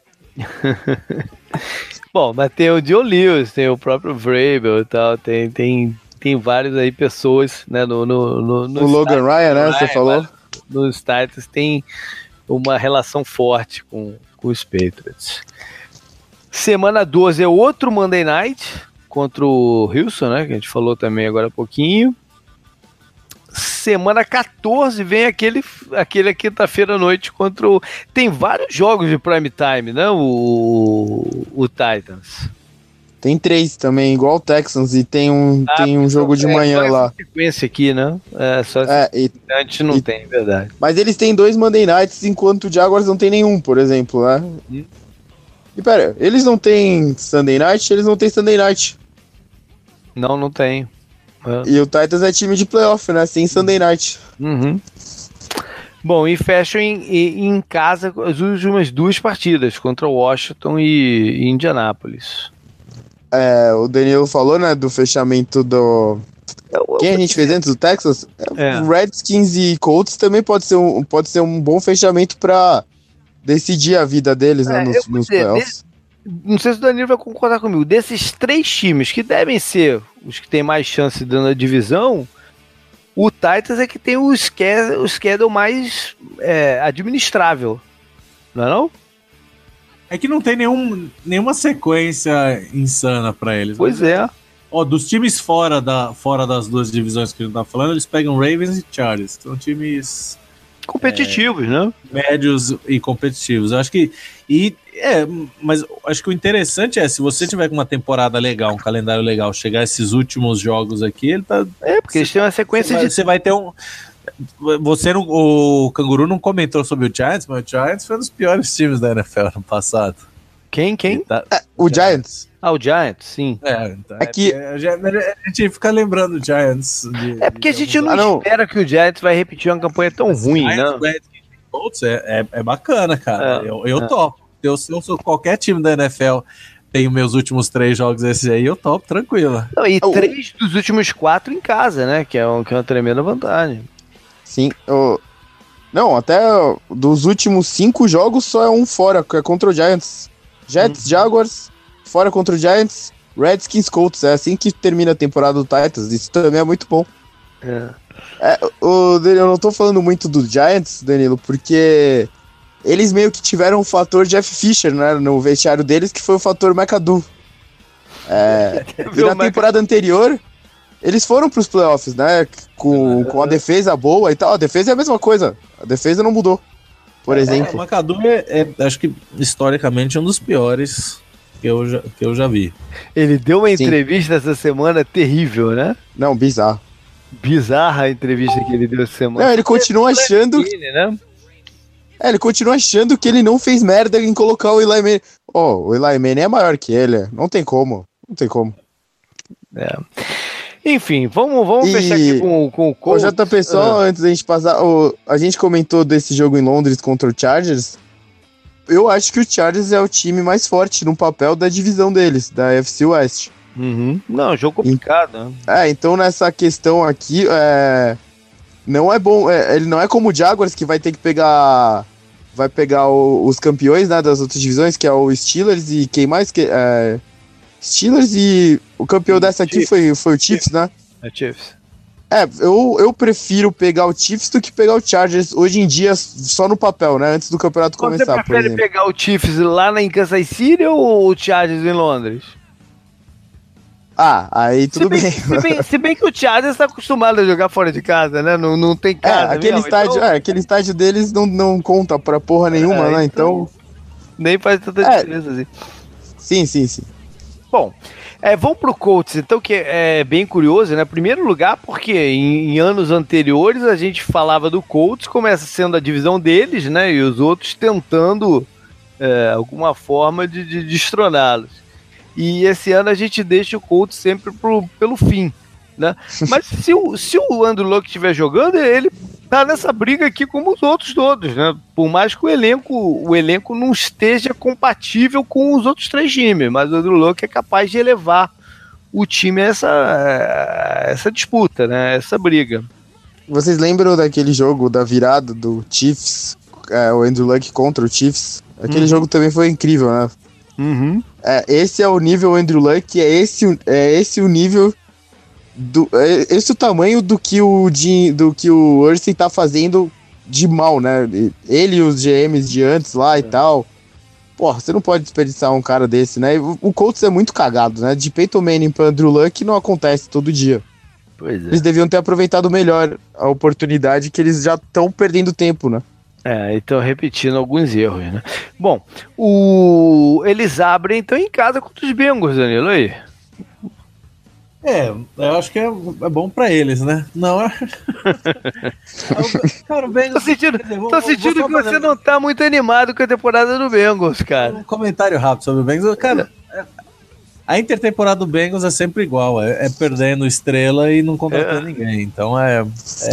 Bom, mas tem o John Lewis, tem o próprio Vrabel e tal, tem vários aí pessoas, né, no o Logan Ryan, né, você falou? Nos Titans tem uma relação forte com os Patriots. Semana 12 é outro Monday Night contra o Houston, né, que a gente falou também agora há pouquinho. Semana 14 vem aquele quinta-feira à noite contra o... Tem vários jogos de prime time, né, o Titans. Tem 3 também, igual o Texans, e tem um jogo de manhã lá. Sequência aqui, né? A gente não tem, verdade. Mas eles têm 2 Monday Nights, enquanto o Jaguars não tem nenhum, por exemplo, né? E pera, eles não têm Sunday Night? Eles não têm Sunday Night. Não tem. E o Titans é time de playoff, né? Sem Sunday Night. Uhum. Bom, e fecham em casa as últimas 2 partidas, contra Washington e Indianápolis. O Danilo falou, né, do fechamento do... Quem a gente fez antes do Texas? Redskins e Colts também pode ser um bom fechamento pra decidir a vida deles, né, nos playoffs. Não sei se o Danilo vai concordar comigo. Desses 3 times que devem ser os que têm mais chance dentro da divisão, o Titans é que tem o schedule mais administrável. Não é não? É que não tem nenhuma sequência insana pra eles. Pois é. Ó, dos times fora das 2 divisões que a gente tá falando, eles pegam Ravens e Chargers. São times... competitivos, né? Médios e competitivos. Eu acho que... mas acho que o interessante é, se você tiver com uma temporada legal, um calendário legal, chegar a esses últimos jogos aqui, ele tá... porque eles têm uma sequência Você vai ter um... O Canguru não comentou sobre o Giants, mas o Giants foi um dos piores times da NFL no passado. Quem? O Giants. O Giants, sim. Então, a gente fica lembrando o Giants. Porque a gente não espera que o Giants vai repetir uma campanha tão ruim, né? É bacana, cara. Eu topo. Eu sou qualquer time da NFL, tenho meus últimos 3 jogos esses aí, eu topo, tranquilo. E 3 dos últimos 4 em casa, né? Que é uma tremenda vantagem. Sim. Não, até dos últimos 5 jogos só é um fora, que é contra o Giants. Jets, Jaguars, fora contra o Giants, Redskins, Colts. É assim que termina a temporada do Titans. Isso também é muito bom. Eu não tô falando muito do Giants, Danilo, porque eles meio que tiveram o fator Jeff Fisher, né, no vestiário deles, que foi o fator McAdoo. E na temporada anterior, eles foram pros playoffs, né, com a defesa boa e tal. A defesa é a mesma coisa, a defesa não mudou, por exemplo. O McAdoo acho que, historicamente, um dos piores que eu já vi. Ele deu uma entrevista essa semana terrível, né? Não, bizarra a entrevista que ele deu essa semana. Não, ele continua achando... né? Ele continua achando que ele não fez merda em colocar o Eli Manning. O Eli Manning é maior que ele. Não tem como. Enfim, vamos fechar aqui com o Colts. O JP, só antes da gente passar, a gente comentou desse jogo em Londres contra o Chargers. Eu acho que o Chargers é o time mais forte no papel da divisão deles, da AFC West. Não, jogo complicado. Então nessa questão aqui, não é bom. Ele não é como o Jaguars, que vai ter que pegar os campeões, né, das outras divisões, que é o Steelers e quem mais? Steelers e o campeão dessa aqui foi o Chiefs, né? Chiefs. Eu prefiro pegar o Chiefs do que pegar o Chargers hoje em dia, só no papel, né? Antes do campeonato começar, por exemplo. Você prefere pegar o Chiefs lá em Kansas City ou o Chargers em Londres? Aí tudo bem. Se bem que o Chargers está acostumado a jogar fora de casa, né? Não tem casa. Aquele estádio deles não conta pra porra nenhuma, né? Então... Nem faz tanta diferença assim. Sim. Bom, vamos pro Colts, então, que é bem curioso, né? Primeiro lugar, porque em anos anteriores a gente falava do Colts, começa sendo a divisão deles, né? E os outros tentando alguma forma de destroná-los. E esse ano a gente deixa o Colts sempre pelo fim, né? Mas se o Andrew Luck estiver jogando, ele tá nessa briga aqui como os outros todos, né? Por mais que o elenco não esteja compatível com os outros 3 times, mas o Andrew Luck é capaz de elevar o time a essa disputa, né? Essa briga. Vocês lembram daquele jogo da virada do Chiefs, o Andrew Luck contra o Chiefs? Aquele jogo também foi incrível, né? Uhum. Esse é o nível Andrew Luck, é esse o nível esse o tamanho do que o Irsay tá fazendo de mal, né? Ele e os GMs de antes lá e tal. Porra, você não pode desperdiçar um cara desse, né? O Colts é muito cagado, né? De Peyton Manning pra Andrew Luck não acontece todo dia. Pois é. Eles deviam ter aproveitado melhor a oportunidade, que eles já estão perdendo tempo, né? Então repetindo alguns erros, né? Bom, eles abrem então em casa contra os Bengals, Danilo, aí. Eu acho que é bom pra eles, né? Não é. Cara, o Bengals. Tô sentindo que você não tá muito animado com a temporada do Bengals, cara. Um comentário rápido sobre o Bengals. Cara, a intertemporada do Bengals é sempre igual. É perdendo estrela e não contratando ninguém. Então é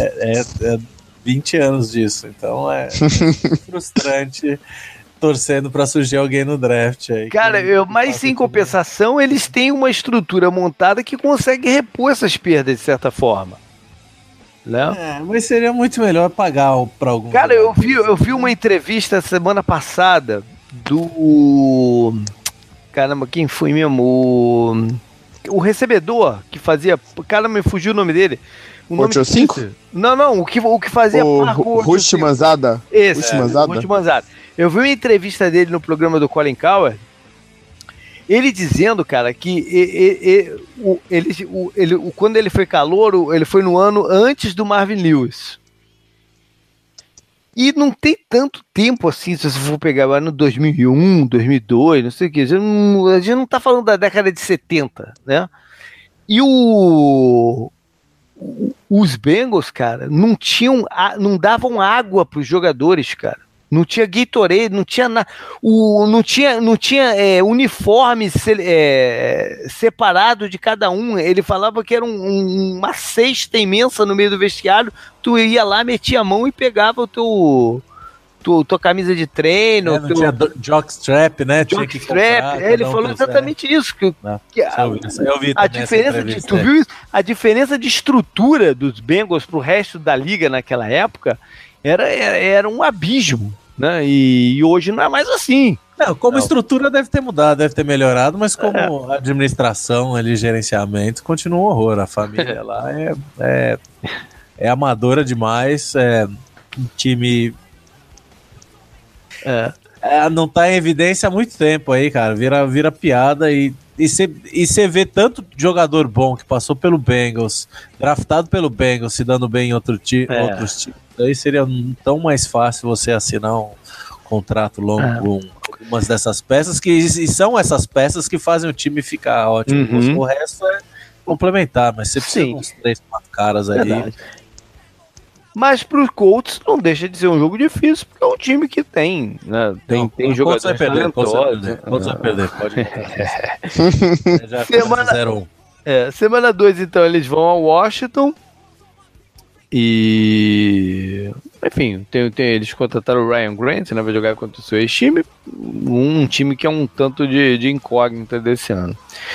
20 anos disso. Então é frustrante. Torcendo pra surgir alguém no draft aí. Cara, mas em compensação, eles têm uma estrutura montada que consegue repor essas perdas de certa forma. Né? Mas seria muito melhor pagar pra algum. Cara, eu vi uma entrevista semana passada do. Caramba, quem foi mesmo? O recebedor que fazia. Cara, me fugiu o nome dele. O nome 5? Não, o que fazia o Rush Manzada. Esse, Rush Manzada. Eu vi uma entrevista dele no programa do Colin Cowherd, ele dizendo, cara, que quando ele foi calouro, ele foi no ano antes do Marvin Lewis. E não tem tanto tempo assim, se você for pegar lá no 2001, 2002, não sei o que, a gente não tá falando da década de 70, né? E os Bengals, cara, não davam água pros jogadores, cara. Não tinha Gatorade, não tinha uniforme separado de cada um. Ele falava que era uma cesta imensa no meio do vestiário. Tu ia lá, metia a mão e pegava tua camisa de treino. Não tinha jockstrap, né? Jockstrap. Ele falou exatamente isso. Eu vi a diferença tu viu isso? A diferença de estrutura dos Bengals pro resto da liga naquela época era um abismo, né? E hoje não é mais assim. Como estrutura deve ter mudado, deve ter melhorado, mas como administração, gerenciamento, continua um horror. A família lá é amadora demais, um time não tá em evidência há muito tempo aí, cara. Vira piada e você vê tanto jogador bom que passou pelo Bengals, draftado pelo Bengals, se dando bem em outros times. Aí seria tão mais fácil você assinar um contrato longo com algumas dessas peças, e são essas peças que fazem o time ficar ótimo. O resto é complementar, mas você precisa de uns 3, 4 caras aí. Verdade. Mas para os Colts não deixa de ser um jogo difícil, porque é um time que tem, né? Tem jogadores talentosos. Colts vai perder, pode já semana 0-1. Semana 2, então, eles vão ao Washington. E enfim, eles contrataram o Ryan Grant, né, vai jogar contra o seu ex-time, um time que é um tanto de incógnita desse ano.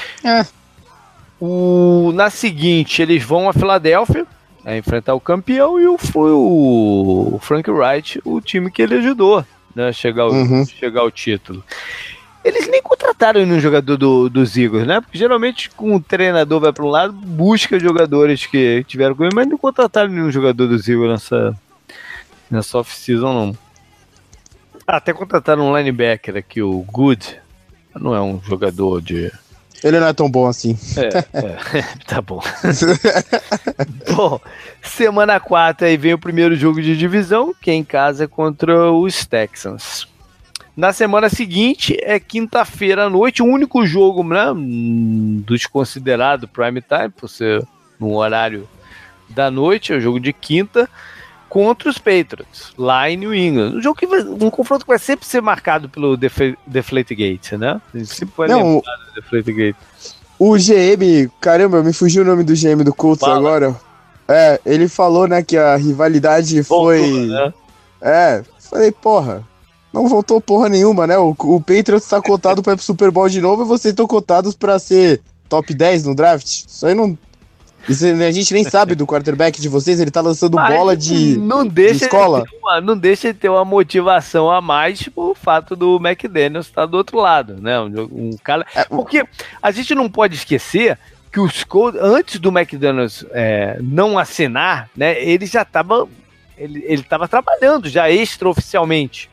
Na seguinte, eles vão a Filadélfia a enfrentar o campeão, e foi o Frank Wright, o time que ele ajudou, né, chegar ao título. Eles nem contrataram nenhum jogador dos Eagles, né? Porque geralmente, com o treinador vai para um lado, busca jogadores que tiveram com ele, mas não contrataram nenhum jogador dos Eagles nessa off-season, não. Até contrataram um linebacker aqui, o Good. Não é um jogador de... Ele não é tão bom assim. Tá bom. Bom, semana 4 aí vem o primeiro jogo de divisão, que é em casa contra os Texans. Na semana seguinte, é quinta-feira à noite, o único jogo, né, dos considerados prime time, por ser no horário da noite, é o jogo de quinta, contra os Patriots, lá em New England. Um confronto que vai sempre ser marcado pelo Deflategate, né? A gente sempre vai lembrar do Deflategate. O GM, caramba, me fugiu o nome do GM do Colts agora. Ele falou, né, que a rivalidade foi... Né? Falei, porra, não voltou porra nenhuma, né? O Patriots tá cotado pra ir pro Super Bowl de novo e vocês estão cotados pra ser top 10 no draft. Isso aí não... a gente nem sabe do quarterback de vocês, ele tá lançando bola de escola. Não deixa de ter uma motivação a mais, tipo, o fato do McDaniels estar do outro lado, né? Um cara... Porque a gente não pode esquecer que os Colts, antes do McDaniels não assinar, né? Ele já tava... Ele tava trabalhando já extraoficialmente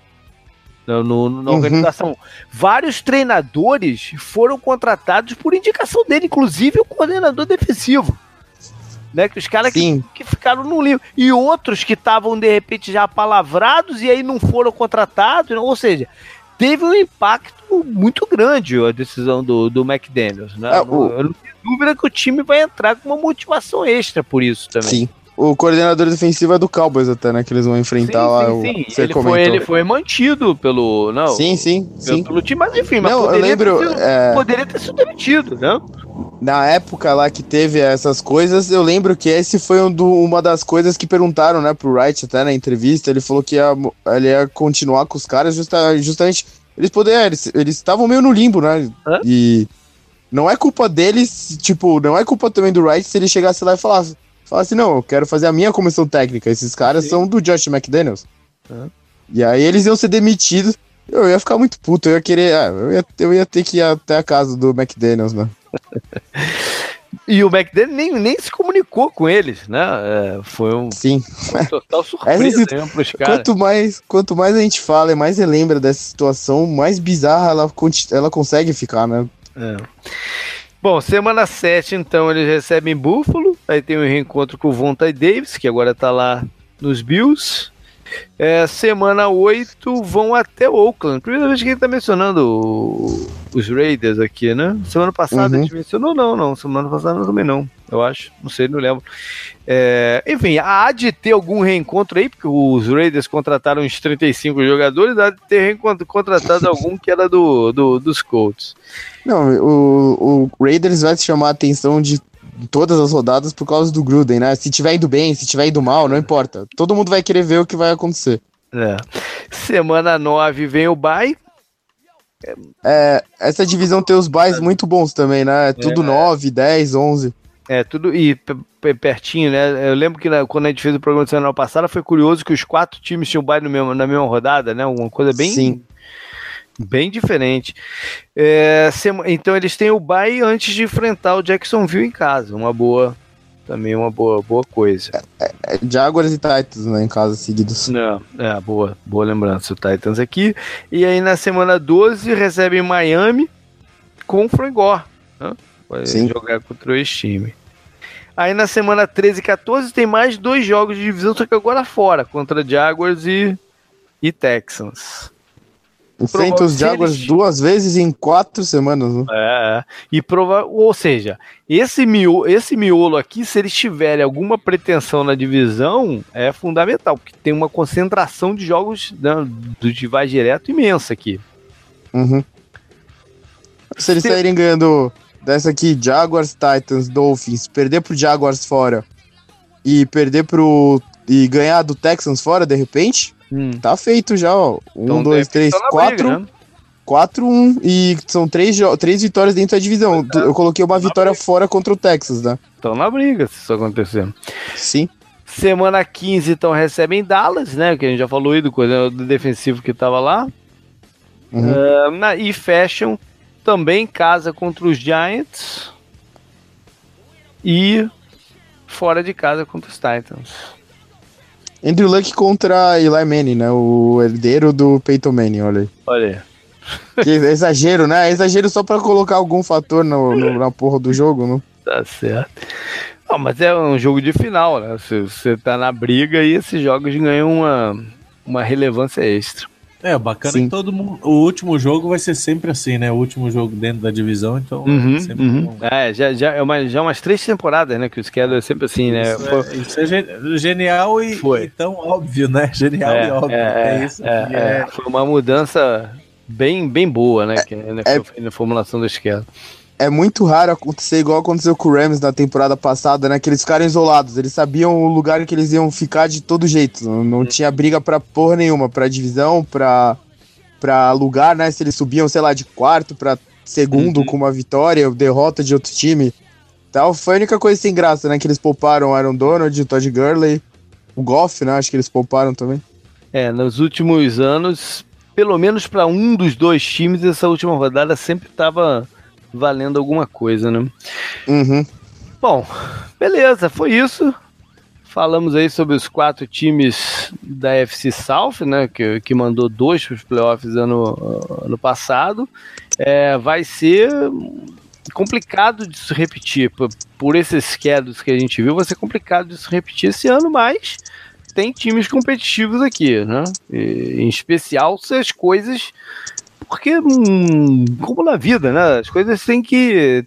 na organização. Vários treinadores foram contratados por indicação dele, inclusive o coordenador defensivo. Né, que os caras que ficaram no livro. E outros que estavam, de repente, já palavrados e aí não foram contratados. Ou seja, teve um impacto muito grande a decisão do McDaniels. Né? Eu não tenho dúvida que o time vai entrar com uma motivação extra por isso também. Sim. O coordenador defensivo é do Cowboys até, né? Que eles vão enfrentar lá. Sim. Ele foi mantido pelo... Não, pelo time, mas enfim, mas poderia ter sido demitido, né? Na época lá que teve essas coisas, eu lembro que esse foi uma das coisas que perguntaram, né, pro Wright até na entrevista. Ele falou que ele ia continuar com os caras justamente... Eles estavam meio no limbo, né? E não é culpa deles, tipo, não é culpa também do Wright se ele chegasse lá e falasse assim, não, eu quero fazer a minha comissão técnica. Esses caras são do Josh McDaniels. E aí eles iam ser demitidos. Eu ia ficar muito puto. Eu ia querer... eu ia ter que ir até a casa do McDaniels, né? E o McDaniels nem se comunicou com eles, né? Foi uma total surpresa para os caras. Quanto mais a gente fala e mais você lembra dessa situação, mais bizarra ela consegue ficar, né? Bom, semana 7, então, eles recebem Buffalo, aí tem um reencontro com o Vontae Davis, que agora tá lá nos Bills. Semana 8 vão até Oakland. Primeira vez que ele tá mencionando os Raiders aqui, né? Semana passada a gente mencionou, não. Semana passada também não, eu acho. Não sei, não lembro. Enfim, há de ter algum reencontro aí, porque os Raiders contrataram uns 35 jogadores, há de ter contratado algum que era dos Colts. Não, o Raiders vai chamar a atenção de todas as rodadas por causa do Gruden, né? Se tiver indo bem, se tiver indo mal, não importa. Todo mundo vai querer ver o que vai acontecer. Semana 9 vem o bye. Essa divisão tem os byes muito bons também, né? Tudo 9, 10, 11. Tudo e pertinho, né? Eu lembro que quando a gente fez o programa de semana passada, foi curioso que os 4 times tinham bye na mesma rodada, né? Uma coisa bem diferente. Então eles têm o bye antes de enfrentar o Jacksonville em casa. Uma boa coisa. Jaguars e Titans, né, em casa seguidos. Boa lembrança, o Titans aqui. E aí na semana 12 recebem Miami com o Frank Gore, né? Vai jogar contra esse time. Aí na semana 13 e 14 tem mais 2 jogos de divisão, só que agora fora, contra Jaguars e Texans. Enfrenta os Jaguars 2 vezes em 4 semanas, né? Ou seja, esse miolo aqui, se eles tiverem alguma pretensão na divisão, é fundamental, porque tem uma concentração de jogos, né, de vai direto imensa aqui. Se eles saírem ganhando dessa aqui, Jaguars, Titans, Dolphins, perder pro Jaguars fora e e ganhar do Texans fora, de repente... Tá feito já, ó. 1, 2, 3, 4. 4, 1. E são 3 vitórias dentro da divisão. Eu coloquei uma vitória fora contra o Texas, né? Estão na briga, se isso acontecer. Sim. Semana 15, então, recebem Dallas, né? Que a gente já falou aí do defensivo que tava lá. E fecham também em casa contra os Giants. E fora de casa contra os Titans. Andrew Luck contra Eli Manning, né? O herdeiro do Peyton Manning, olha aí. Que exagero, né? Exagero só pra colocar algum fator na porra do jogo, não? Tá certo. Não, mas é um jogo de final, né? Se você tá na briga e esses jogos ganham uma relevância extra. Bacana que todo mundo... O último jogo vai ser sempre assim, né? O último jogo dentro da divisão, então... Já é umas 3 temporadas, né? Que o schedule é sempre assim, né? Isso é genial e tão óbvio, né? Genial e óbvio. Foi uma mudança bem boa, né? Na formulação do schedule. é muito raro acontecer igual aconteceu com o Rams na temporada passada, né? Que eles ficaram isolados. Eles sabiam o lugar que eles iam ficar de todo jeito. Não tinha briga pra porra nenhuma, pra divisão, pra lugar, né? Se eles subiam, sei lá, de quarto pra segundo com uma vitória, derrota de outro time. Tal. Foi a única coisa sem graça, né? Que eles pouparam o Aaron Donald, o Todd Gurley, o Goff, né? Acho que eles pouparam também. Nos últimos anos, pelo menos para um dos dois times, essa última rodada sempre estava valendo alguma coisa, né? Bom, beleza, foi isso. Falamos aí sobre os 4 times da FC South, né? Que mandou 2 para os playoffs ano passado. Vai ser complicado de se repetir. Por esses schedules que a gente viu, vai ser complicado de se repetir esse ano, mas tem times competitivos aqui, né? Em especial se as coisas... Porque, como na vida, né? As coisas tem que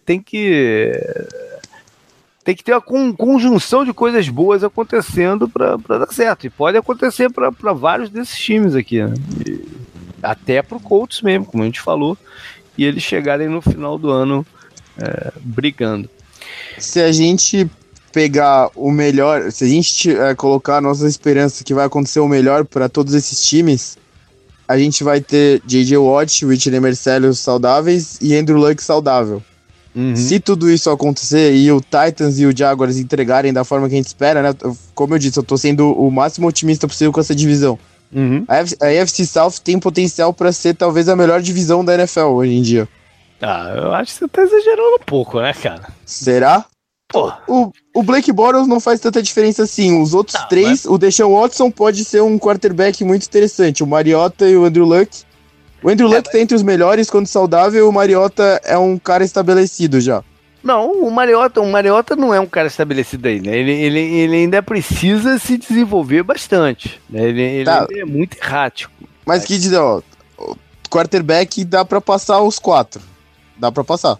ter uma conjunção de coisas boas acontecendo para dar certo. E pode acontecer para vários desses times aqui, né? Até para o Colts mesmo, como a gente falou, e eles chegarem no final do ano brigando. Se a gente pegar o melhor, se a gente colocar a nossa esperança que vai acontecer o melhor para todos esses times, a gente vai ter J.J. Watt, Whitney Mercedes saudáveis e Andrew Luck saudável. Se tudo isso acontecer e o Titans e o Jaguars entregarem da forma que a gente espera, né? Como eu disse, eu tô sendo o máximo otimista possível com essa divisão. A AFC South tem potencial para ser talvez a melhor divisão da NFL hoje em dia. Eu acho que você tá exagerando um pouco, né, cara? Será? Pô. O Blake Bortles não faz tanta diferença assim. Os outros três, o Deshaun Watson pode ser um quarterback muito interessante. O Mariota e o Andrew Luck. O Andrew Luck tá entre os melhores quando saudável, o Mariota é um cara estabelecido já. Não, o Mariota não é um cara estabelecido aí, né? Ele ainda precisa se desenvolver bastante, né? Ele é muito errático. Mas que dizer, ó, o quarterback dá pra passar os 4. Dá pra passar.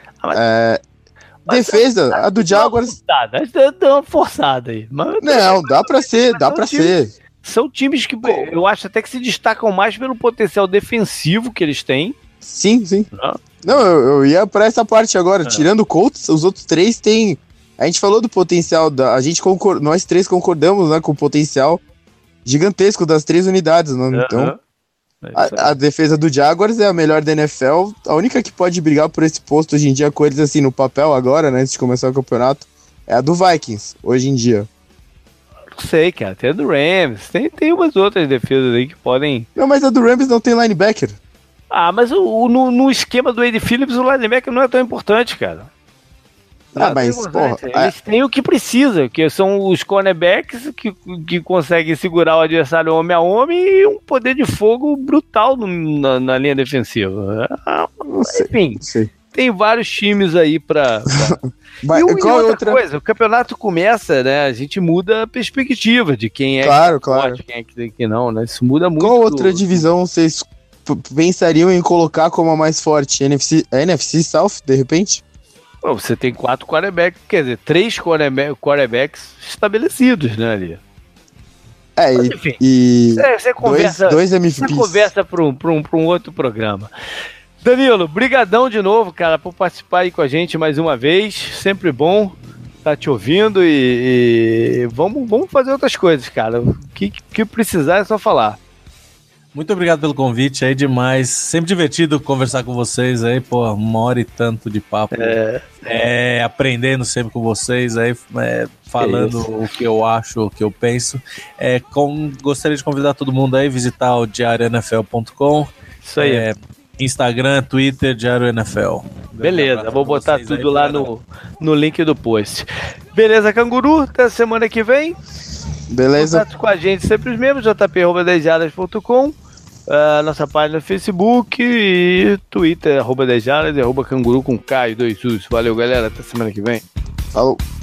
Defesa, a do Jaguars... Dá uma forçada aí. Mas não, dá pra ser. São times que eu acho até que se destacam mais pelo potencial defensivo que eles têm. Sim. Não, eu ia pra essa parte agora. Tirando o Colts, os outros 3 têm... A gente falou do potencial, nós 3 concordamos, né, com o potencial gigantesco das 3 unidades. Né? Então, a defesa do Jaguars é a melhor da NFL. A única que pode brigar por esse posto hoje em dia com eles, assim, no papel agora, né, antes de começar o campeonato, é a do Vikings, hoje em dia. Não sei, cara. Tem a do Rams. Tem umas outras defesas aí que podem... Não, mas a do Rams não tem linebacker. Mas no esquema do Wade Phillips, o linebacker não é tão importante, cara. Mas, porra... Eles têm o que precisa, que são os cornerbacks que conseguem segurar o adversário homem a homem e um poder de fogo brutal na linha defensiva. Enfim, tem vários times aí pra... E outra coisa, o campeonato começa, né? A gente muda a perspectiva de quem é claro. Quem é que não, né? Isso muda muito. Qual outra divisão vocês pensariam em colocar como a mais forte? A NFC South, de repente? Você tem 4 quarterbacks, quer dizer, 3 quarterbacks estabelecidos, né, ali. Mas, enfim, você conversa, dois MVPs. Você conversa para um outro programa. Danilo, brigadão de novo, cara, por participar aí com a gente mais uma vez. Sempre bom estar te ouvindo e vamos fazer outras coisas, cara. O que precisar é só falar. Muito obrigado pelo convite aí, demais. Sempre divertido conversar com vocês aí, pô, 1h e tanto de papo. Aprendendo sempre com vocês aí, falando o que eu acho, o que eu penso. Gostaria de convidar todo mundo aí a visitar o diariofnfl.com. Isso aí. Instagram, Twitter, Diário NFL. Beleza, vou botar tudo lá no link do post. Beleza, Canguru? Até semana que vem. Beleza. Contato com a gente sempre os mesmos, jp@10jardas.com, nossa página no Facebook e Twitter, @10jardas e @canguru com K e 2 Us. Valeu, galera. Até semana que vem. Falou.